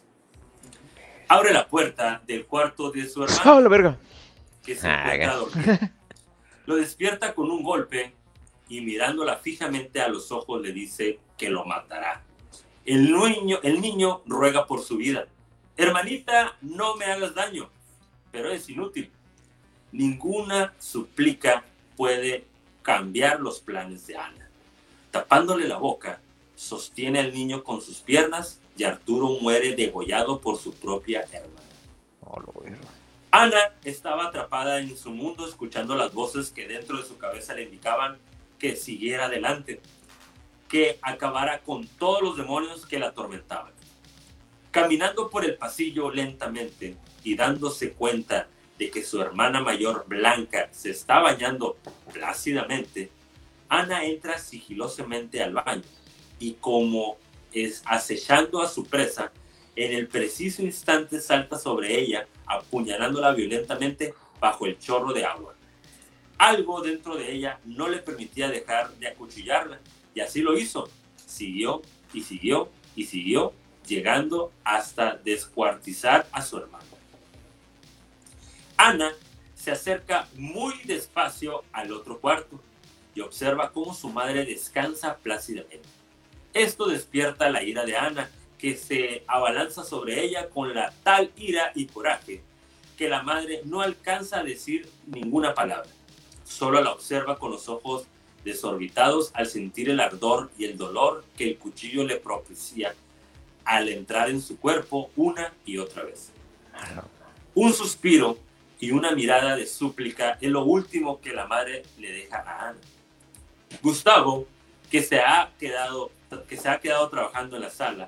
S1: Abre la puerta del cuarto de su hermano,
S3: la verga,
S1: que se encuentra dormido. Lo despierta con un golpe y mirándola fijamente a los ojos le dice que lo matará. El niño ruega por su vida. Hermanita, no me hagas daño, pero es inútil. Ninguna súplica puede cambiar los planes de Ana. Tapándole la boca, sostiene al niño con sus piernas y Arturo muere degollado por su propia hermana. Ana estaba atrapada en su mundo escuchando las voces que dentro de su cabeza le indicaban que siguiera adelante, que acabara con todos los demonios que la atormentaban. Caminando por el pasillo lentamente y dándose cuenta de que su hermana mayor Blanca se está bañando plácidamente, Ana entra sigilosamente al baño y como es acechando a su presa, en el preciso instante salta sobre ella, apuñalándola violentamente bajo el chorro de agua. Algo dentro de ella no le permitía dejar de acuchillarla y así lo hizo. Siguió y siguió y siguió, llegando hasta descuartizar a su hermano. Ana se acerca muy despacio al otro cuarto y observa cómo su madre descansa plácidamente. Esto despierta la ira de Ana, que se abalanza sobre ella con la tal ira y coraje que la madre no alcanza a decir ninguna palabra. Solo la observa con los ojos desorbitados al sentir el ardor y el dolor que el cuchillo le propicia al entrar en su cuerpo una y otra vez. Un suspiro y una mirada de súplica es lo último que la madre le deja a Ana. Gustavo, que se ha quedado trabajando en la sala,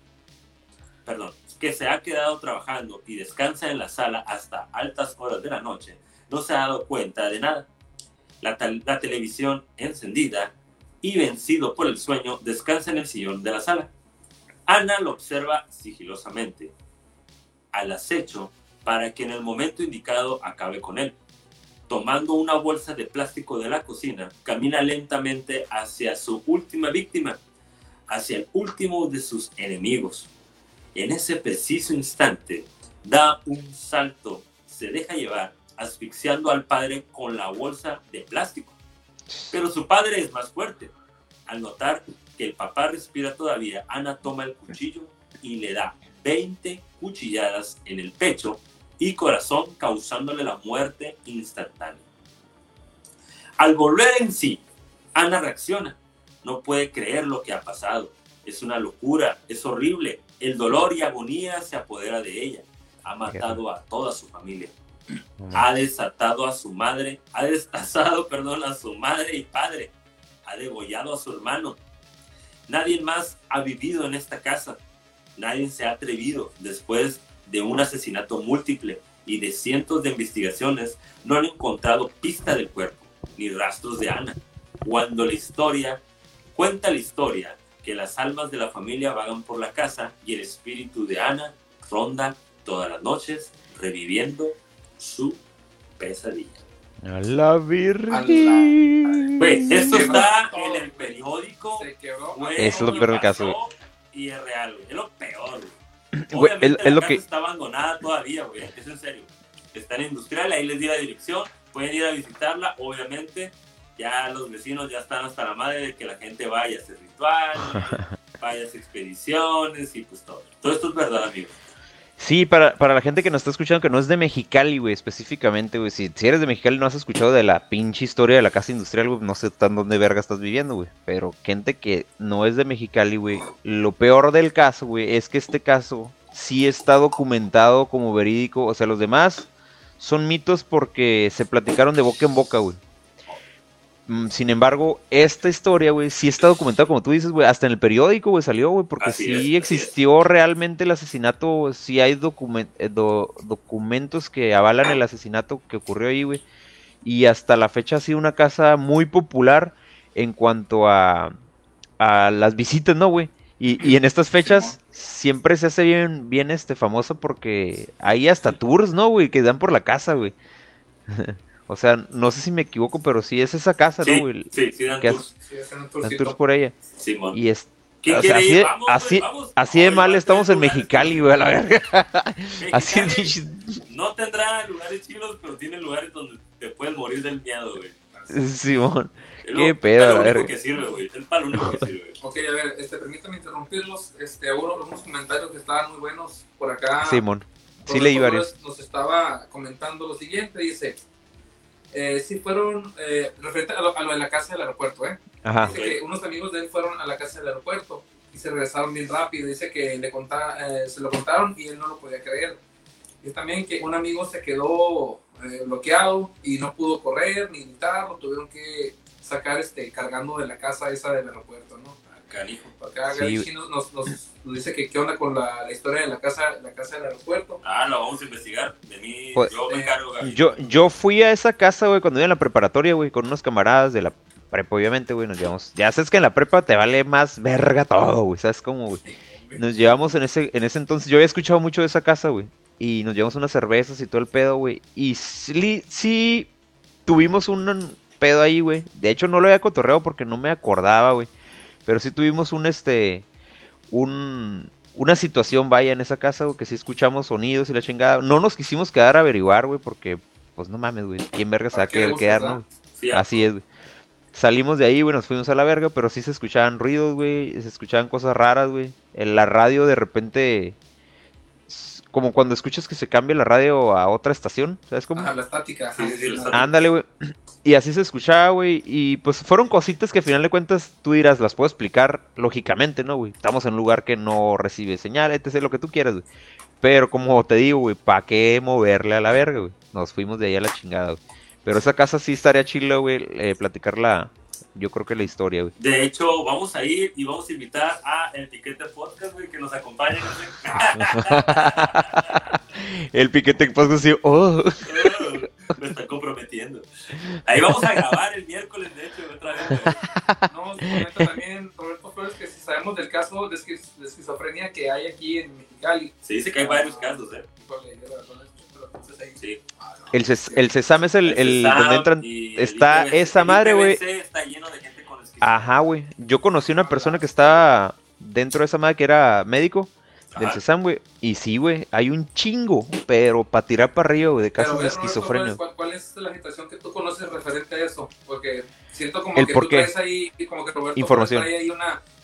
S1: que se ha quedado trabajando y descansa en la sala hasta altas horas de la noche, no se ha dado cuenta de nada. La televisión encendida y vencido por el sueño, descansa en el sillón de la sala. Ana lo observa sigilosamente, al acecho para que en el momento indicado acabe con él. Tomando una bolsa de plástico de la cocina, camina lentamente hacia su última víctima, hacia el último de sus enemigos. En ese preciso instante, da un salto, se deja llevar, asfixiando al padre con la bolsa de plástico. Pero su padre es más fuerte. Al notar que el papá respira todavía, Ana toma el cuchillo y le da 20 cuchilladas en el pecho y corazón, causándole la muerte instantánea. Al volver en sí, Ana reacciona. No puede creer lo que ha pasado. Es una locura, es horrible. El dolor y agonía se apodera de ella. Ha matado a toda su familia. Ha desatado a su madre, ha destazado, a su madre y padre. Ha degollado a su hermano. Nadie más ha vivido en esta casa. Nadie se ha atrevido, después de un asesinato múltiple y de cientos de investigaciones, no han encontrado pista del cuerpo, ni rastros de Ana. Cuando cuenta la historia, que las almas de la familia vagan por la casa y el espíritu de Ana ronda todas las noches, reviviendo su pesadilla.
S3: A la virgen.
S1: Güey, esto está en el periódico.
S3: Eso es lo peor del caso.
S1: Y es real, güey. Es lo peor, güey.
S3: Güey,
S1: Obviamente
S3: es
S1: la
S3: lo
S1: casa
S3: que...
S1: está abandonada todavía, güey. Es en serio. Está en industrial, ahí les di la dirección. Pueden ir a visitarla. Obviamente, ya los vecinos ya están hasta la madre de que la gente vaya a hacer rituales, vaya a hacer expediciones y pues todo. Todo esto es verdad, amigos.
S3: Sí, para la gente que nos está escuchando, que no es de Mexicali, güey, específicamente, güey. Si eres de Mexicali y no has escuchado de la pinche historia de la casa industrial, güey, no sé tan dónde verga estás viviendo, güey. Pero gente que no es de Mexicali, güey, lo peor del caso, güey, es que este caso sí está documentado como verídico. O sea, los demás son mitos porque se platicaron de boca en boca, güey. Sin embargo, esta historia, güey, sí está documentada, como tú dices, güey, hasta en el periódico, güey, salió, güey, porque sí existió realmente el asesinato, sí hay documentos que avalan el asesinato que ocurrió ahí, güey, y hasta la fecha ha sido una casa muy popular en cuanto a las visitas, ¿no, güey? Y en estas fechas siempre se hace bien famoso porque hay hasta tours, ¿no, güey? Que dan por la casa, güey. O sea, no sé si me equivoco, pero sí es esa casa,
S1: sí,
S3: ¿no, güey?
S1: Sí, dan tours.
S3: Dan tours por ella.
S1: Simón.
S3: Y es...
S1: ¿Quién
S3: o sea,
S1: quiere ir? Vamos, vamos.
S3: Así de mal estamos en Mexicali, güey, a la verga. Así
S1: no tendrá lugares chilos, pero tiene lugares donde te puedes morir del miedo, güey.
S3: Simón. Qué pedo,
S1: la verga. Es lo único que sirve, güey. Es para lo único que sirve.
S2: Ok, a ver, permítame interrumpirlos. Hubo unos comentarios que estaban muy buenos por acá.
S3: Simón. Sí leí varios.
S2: Nos estaba comentando lo siguiente, dice... sí fueron, referente a lo de la casa del aeropuerto,
S3: Ajá.
S2: Dice que unos amigos de él fueron a la casa del aeropuerto y se regresaron bien rápido. Dice que se lo contaron y él no lo podía creer. Y también que un amigo se quedó bloqueado y no pudo correr ni gritar, lo tuvieron que sacar cargando de la casa esa del aeropuerto, ¿no?
S1: Canijo.
S2: Acá sí. nos dice que qué onda con la historia de la casa del aeropuerto.
S1: Lo vamos a investigar. De mí,
S3: pues,
S1: yo me encargo, Gaby.
S3: Yo fui a esa casa, güey, cuando iba en la preparatoria, güey, con unos camaradas de la prepa, obviamente, güey, nos llevamos. Ya sabes que en la prepa te vale más verga todo, güey, ¿sabes cómo, güey? Nos llevamos en ese entonces, yo había escuchado mucho de esa casa, güey, y nos llevamos unas cervezas y todo el pedo, güey, y sí tuvimos un pedo ahí, güey. De hecho, no lo había cotorreado porque no me acordaba, güey. Pero sí tuvimos una situación, vaya, en esa casa, güey, que sí escuchamos sonidos y la chingada. No nos quisimos quedar a averiguar, güey, porque, pues no mames, güey, ¿quién verga se va a quedar, no?
S1: Sí,
S3: así es, güey. Salimos de ahí, güey, nos fuimos a la verga, pero sí se escuchaban ruidos, güey, se escuchaban cosas raras, güey. En la radio, de repente, como cuando escuchas que se cambia la radio a otra estación, ¿sabes cómo?
S2: La estática.
S1: Sí, la estática.
S3: Ándale, güey. Y así se escuchaba, güey, y pues fueron cositas que al final de cuentas tú dirás, las puedo explicar lógicamente, ¿no, güey? Estamos en un lugar que no recibe señal, etc., lo que tú quieras, güey. Pero como te digo, güey, ¿para qué moverle a la verga, güey? Nos fuimos de ahí a la chingada, güey. Pero esa casa sí estaría chila, güey, platicarla, yo creo que la historia, güey.
S1: De hecho, vamos a ir y vamos a invitar a El Piquete Podcast, güey, que nos acompañe.
S3: El Piquete Podcast, sí,
S1: me está comprometiendo. Ahí vamos a grabar el miércoles, de hecho, otra vez.
S2: No, se comenta también Roberto Flores que si sabemos del caso de esquizofrenia que hay aquí en Mexicali.
S1: Se dice que hay varios casos, Sí.
S3: El Sesam es el donde entran, está esa madre, güey.
S1: Está lleno de gente con esquizofrenia.
S3: Ajá, güey. Yo conocí una persona que estaba dentro de esa madre que era médico. Del Sesam, güey. Y sí, güey, hay un chingo, pero para tirar para arriba, güey, de casos de esquizofrenia.
S2: ¿Cuál es la situación que tú conoces referente a eso? Porque siento como
S3: ¿El
S2: que
S3: por
S2: tú
S3: qué?
S2: traes ahí, como que Roberto
S3: información.
S2: trae ahí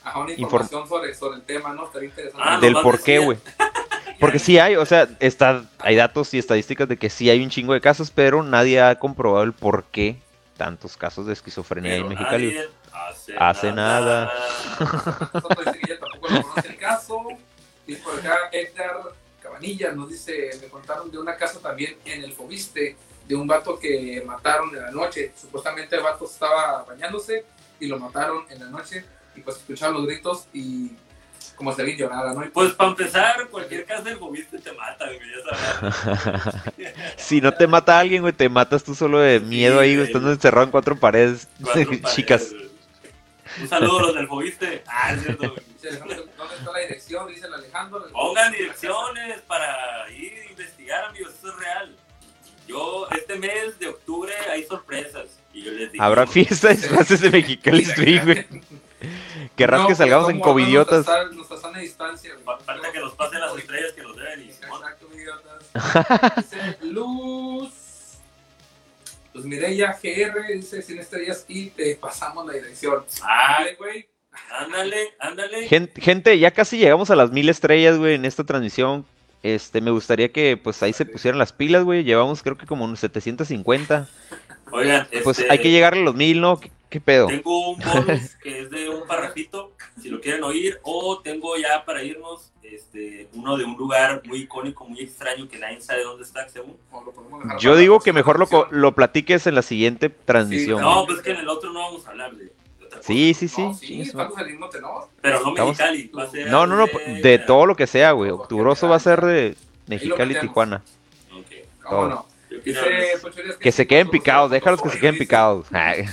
S2: Ajá, una información sobre el tema, ¿no? Estaría interesante.
S3: Del por qué, güey. Porque sí hay, o sea, hay datos y estadísticas de que sí hay un chingo de casos, pero nadie ha comprobado el por qué tantos casos de esquizofrenia en Mexicali.
S1: Nadie
S3: hace nada.
S2: Nosotros dice que ella tampoco lo conoce el caso. Y por acá Edgar Cabanilla nos dice, me contaron de una casa también en el Fobiste, de un vato que mataron en la noche. Supuestamente el vato estaba bañándose y lo mataron en la noche. Y pues escucharon los gritos y como se vi llorada, ¿no?
S1: Pues para empezar, cualquier casa del Fobiste te mata, güey, ya sabes.
S3: Si no te mata alguien, güey, te matas tú solo de miedo ahí, güey, estando encerrado en cuatro paredes chicas.
S1: Güey. Un saludo a los del Fobiste. Es cierto, güey.
S2: ¿Dónde está la dirección? Dice el Alejandro.
S1: Pongan direcciones para ir a investigar, amigos, eso es real. Yo, este mes de octubre hay sorpresas. Y yo les dije,
S3: habrá fiesta de disfraces de Mexicali Street, güey. Querrás que salgamos en covidiotas.
S2: Nuestra sana distancia,
S1: güey. Falta que nos pasen las estrellas que nos deben.
S2: Exacto, idiotas. Dice Luz. Pues Mireya GR dice 100 estrellas y te pasamos la dirección.
S1: Güey. Ándale.
S3: Gente, ya casi llegamos a las 1000 estrellas, güey, en esta transmisión. Me gustaría que, pues, ahí se pusieran las pilas, güey. Llevamos, creo que como unos 750.
S1: Oigan,
S3: pues hay que llegar a los 1000, ¿no? ¿Qué pedo?
S1: Tengo un bonus que es de un parrafito, si lo quieren oír, o tengo ya para irnos uno de un lugar muy icónico, muy extraño, que nadie sabe dónde está, según.
S3: Yo digo que mejor lo platiques en la siguiente transmisión.
S1: Sí, no, pues que en el otro no vamos a hablar de otra cosa.
S3: Sí.
S2: Estamos al mismo tenor.
S1: Pero no Mexicali, va a ser
S3: No, de todo lo que sea, güey. Octuroso va a ser de Mexicali, Tijuana.
S1: Okay.
S2: ¿Cómo no?
S3: Que se queden picados, déjalos que se queden picados.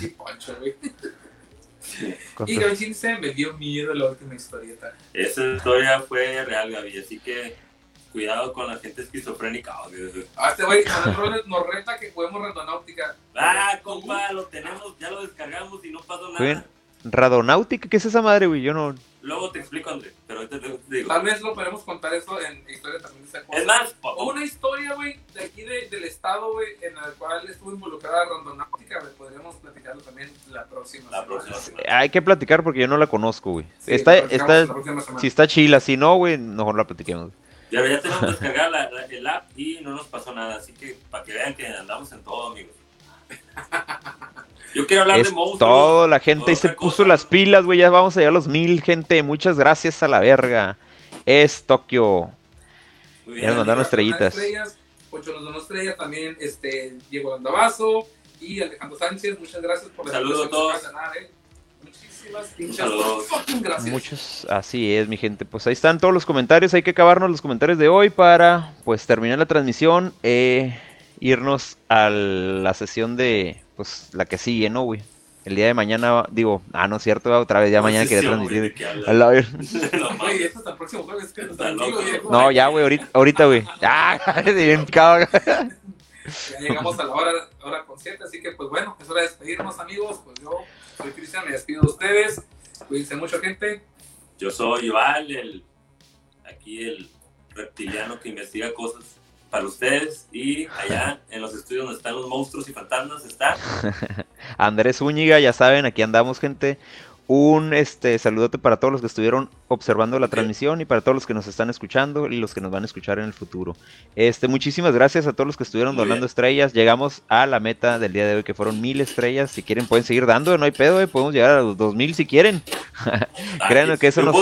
S2: Y Gaby dice, me dio miedo la última historieta.
S1: Esa historia fue real, Gaby, así que cuidado con la gente esquizofrénica.
S2: Este güey nos reta que juguemos Randonáutica.
S1: Compa, lo tenemos, ya lo descargamos y no pasó nada.
S3: ¿Radonáutica? ¿Qué es esa madre, güey? Yo no...
S1: Luego te explico, André, pero ahorita te digo.
S2: Tal vez lo podemos contar eso en historia también de esa cosa.
S1: Es más,
S2: o una historia, güey, de aquí del estado, güey, en la cual estuvo involucrada Randonáutica, güey. Podríamos platicarlo también la próxima semana.
S3: Hay que platicar porque yo no la conozco, güey.
S2: Sí,
S3: si está chila, si no, güey, mejor la platiquemos.
S1: Ya tenemos descargada el app y no nos pasó nada, así que para que vean que andamos en todo, amigos. Yo quiero hablar de monstruos.
S3: Todo, la gente se puso las pilas, güey. Ya vamos a llegar a los 1000, gente. Muchas gracias a la verga. Es Tokio.
S1: Muy bien.
S3: Ya nos mandaron estrellitas.
S2: Pocho nos donó estrellas también. Diego Landavazo y Alejandro Sánchez. Muchas gracias por la
S1: saludos a todos.
S2: Muchísimas pinchas. Gracias.
S3: Muchos, así es, mi gente. Pues ahí están todos los comentarios. Hay que acabarnos los comentarios de hoy para, pues, terminar la transmisión. Irnos a la sesión de, pues, la que sigue, ¿no, güey? El día de mañana, digo, no es cierto, otra vez, ya mañana quería transmitir.
S2: Güey, esto hasta el próximo jueves.
S3: No, ya, güey, ahorita, güey. Bien picado.
S2: Ya llegamos a la hora con 7, así que, pues, bueno, es hora de despedirnos, amigos. Pues yo soy Cristian, me despido de ustedes. Cuídense mucho, gente.
S1: Yo soy Val, el reptiliano que investiga cosas para ustedes, y allá en los estudios donde están los monstruos y fantasmas está
S3: Andrés Zúñiga, ya saben, aquí andamos, gente. Un saludote para todos los que estuvieron observando la transmisión y para todos los que nos están escuchando y los que nos van a escuchar en el futuro. Muchísimas gracias a todos los que estuvieron donando estrellas. Llegamos a la meta del día de hoy, que fueron 1000 estrellas. Si quieren pueden seguir dando, no hay pedo, podemos llegar a los 2000 si quieren. Créanme que eso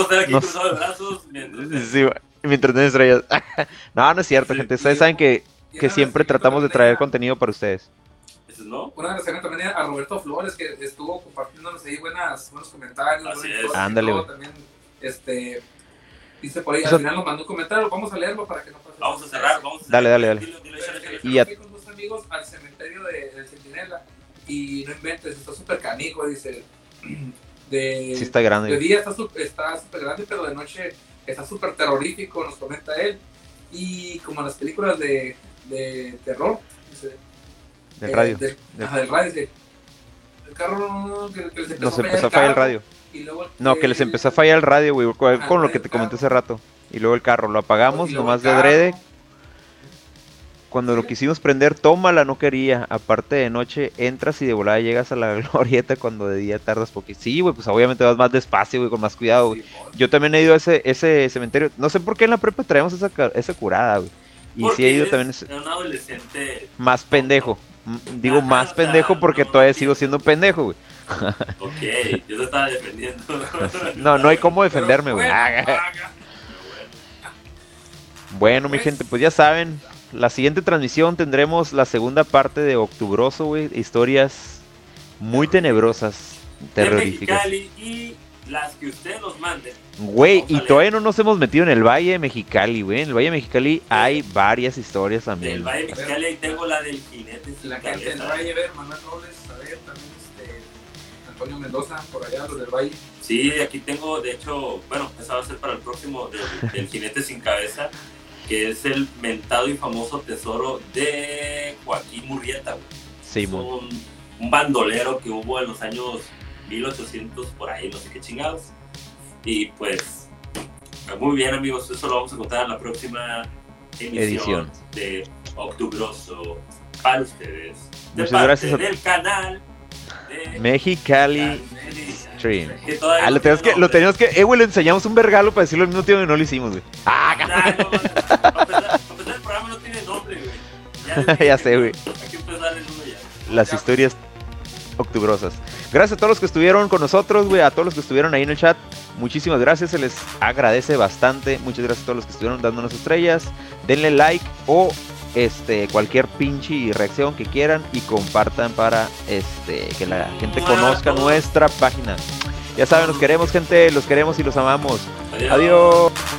S3: mientras den estrellas. No es cierto, gente. Ustedes saben que siempre tratamos de traer contenido para ustedes.
S2: ¿No? Una agradecimiento también a Roberto Flores, que estuvo compartiéndonos ahí buenos comentarios.
S1: Así es.
S3: Ándale, güey.
S2: También, dice por ahí, al final nos mandó un comentario, vamos a leerlo para que no pase.
S1: Vamos a cerrar,
S3: Dale.
S2: Y ya con dos amigos al cementerio del Centinela, y no inventes, está súper canijo, dice.
S3: Sí está grande.
S2: De día está súper grande, pero de noche está súper terrorífico, nos comenta él. Y como en las películas de terror, dice.
S3: Del radio.
S2: Del radio, sí. El carro que les
S3: empezó a fallar el radio.
S2: Y luego
S3: que les empezó a fallar el radio, güey, con lo que te comenté hace rato. Y luego el carro lo apagamos, nomás de adrede. Cuando lo quisimos prender, tómala, no quería. Aparte de noche, entras y de volada llegas a la glorieta cuando de día tardas porque sí, güey, pues obviamente vas más despacio, güey, con más cuidado, güey. Yo también he ido a ese cementerio. No sé por qué en la prepa traemos esa curada, güey. Y
S1: Porque
S3: sí he ido
S1: eres
S3: también
S1: un adolescente.
S3: más pendejo. Digo
S1: Ajá,
S3: más
S1: o sea,
S3: pendejo porque
S1: no
S3: todavía
S1: entiendo.
S3: sigo siendo pendejo, güey.
S1: Ok, yo te estaba defendiendo.
S3: No hay cómo
S2: Pero,
S3: defenderme, güey.
S2: bueno,
S1: Pero bueno.
S3: Bueno, mi
S2: Pues-
S3: gente, pues ya saben, la siguiente transmisión tendremos la segunda parte de Octubroso, güey. Historias muy tenebrosas,
S1: De
S3: terroríficas.
S1: Mexicali y las que ustedes nos manden.
S3: Güey,
S1: Vamos
S3: y
S1: a leer.
S3: todavía no nos hemos metido en el Valle de Mexicali, güey. En el Valle de Mexicali hay varias historias
S1: Del
S3: también.
S1: Valle de Mexicali ahí tengo la del jinete sin
S2: La gente del
S1: cabeza.
S2: Valle, ver, Manuel Robles, a ver, también Antonio Mendoza, por allá, los del Valle.
S1: Sí, aquí tengo, de hecho, bueno, esa va a ser para el próximo del jinete sin cabeza, que es el mentado y famoso tesoro de Joaquín Murrieta, güey.
S3: Sí,
S1: Es un bandolero que hubo en los años 1800 por ahí, no sé qué chingados. Y pues, muy bien, amigos, eso lo vamos a contar en la próxima edición de Octubroso para ustedes. De
S3: Muchas
S1: parte
S3: gracias a-
S1: del canal de
S3: Mexicali Stream.
S1: Que todavía
S3: Ah,
S1: no
S3: lo
S1: tiene
S3: teníamos que, güey, le enseñamos un vergalo para decirlo al mismo tiempo y no lo hicimos, güey.
S1: Ah, no, para empezar, el programa no tiene nombre, güey. les dije
S3: Ya
S1: que
S3: sé, güey.
S1: Hay que empezar el uno ya.
S3: Las
S1: Ya,
S3: historias octubrosas. Gracias a todos los que estuvieron con nosotros, güey, a todos los que estuvieron ahí en el chat. Muchísimas gracias, se les agradece bastante. Muchas gracias a todos los que estuvieron dándonos estrellas. Denle like o cualquier pinche reacción que quieran y compartan para que la gente conozca nuestra página. Ya saben, los queremos, gente, los queremos y los amamos.
S1: Adiós.
S3: Adiós.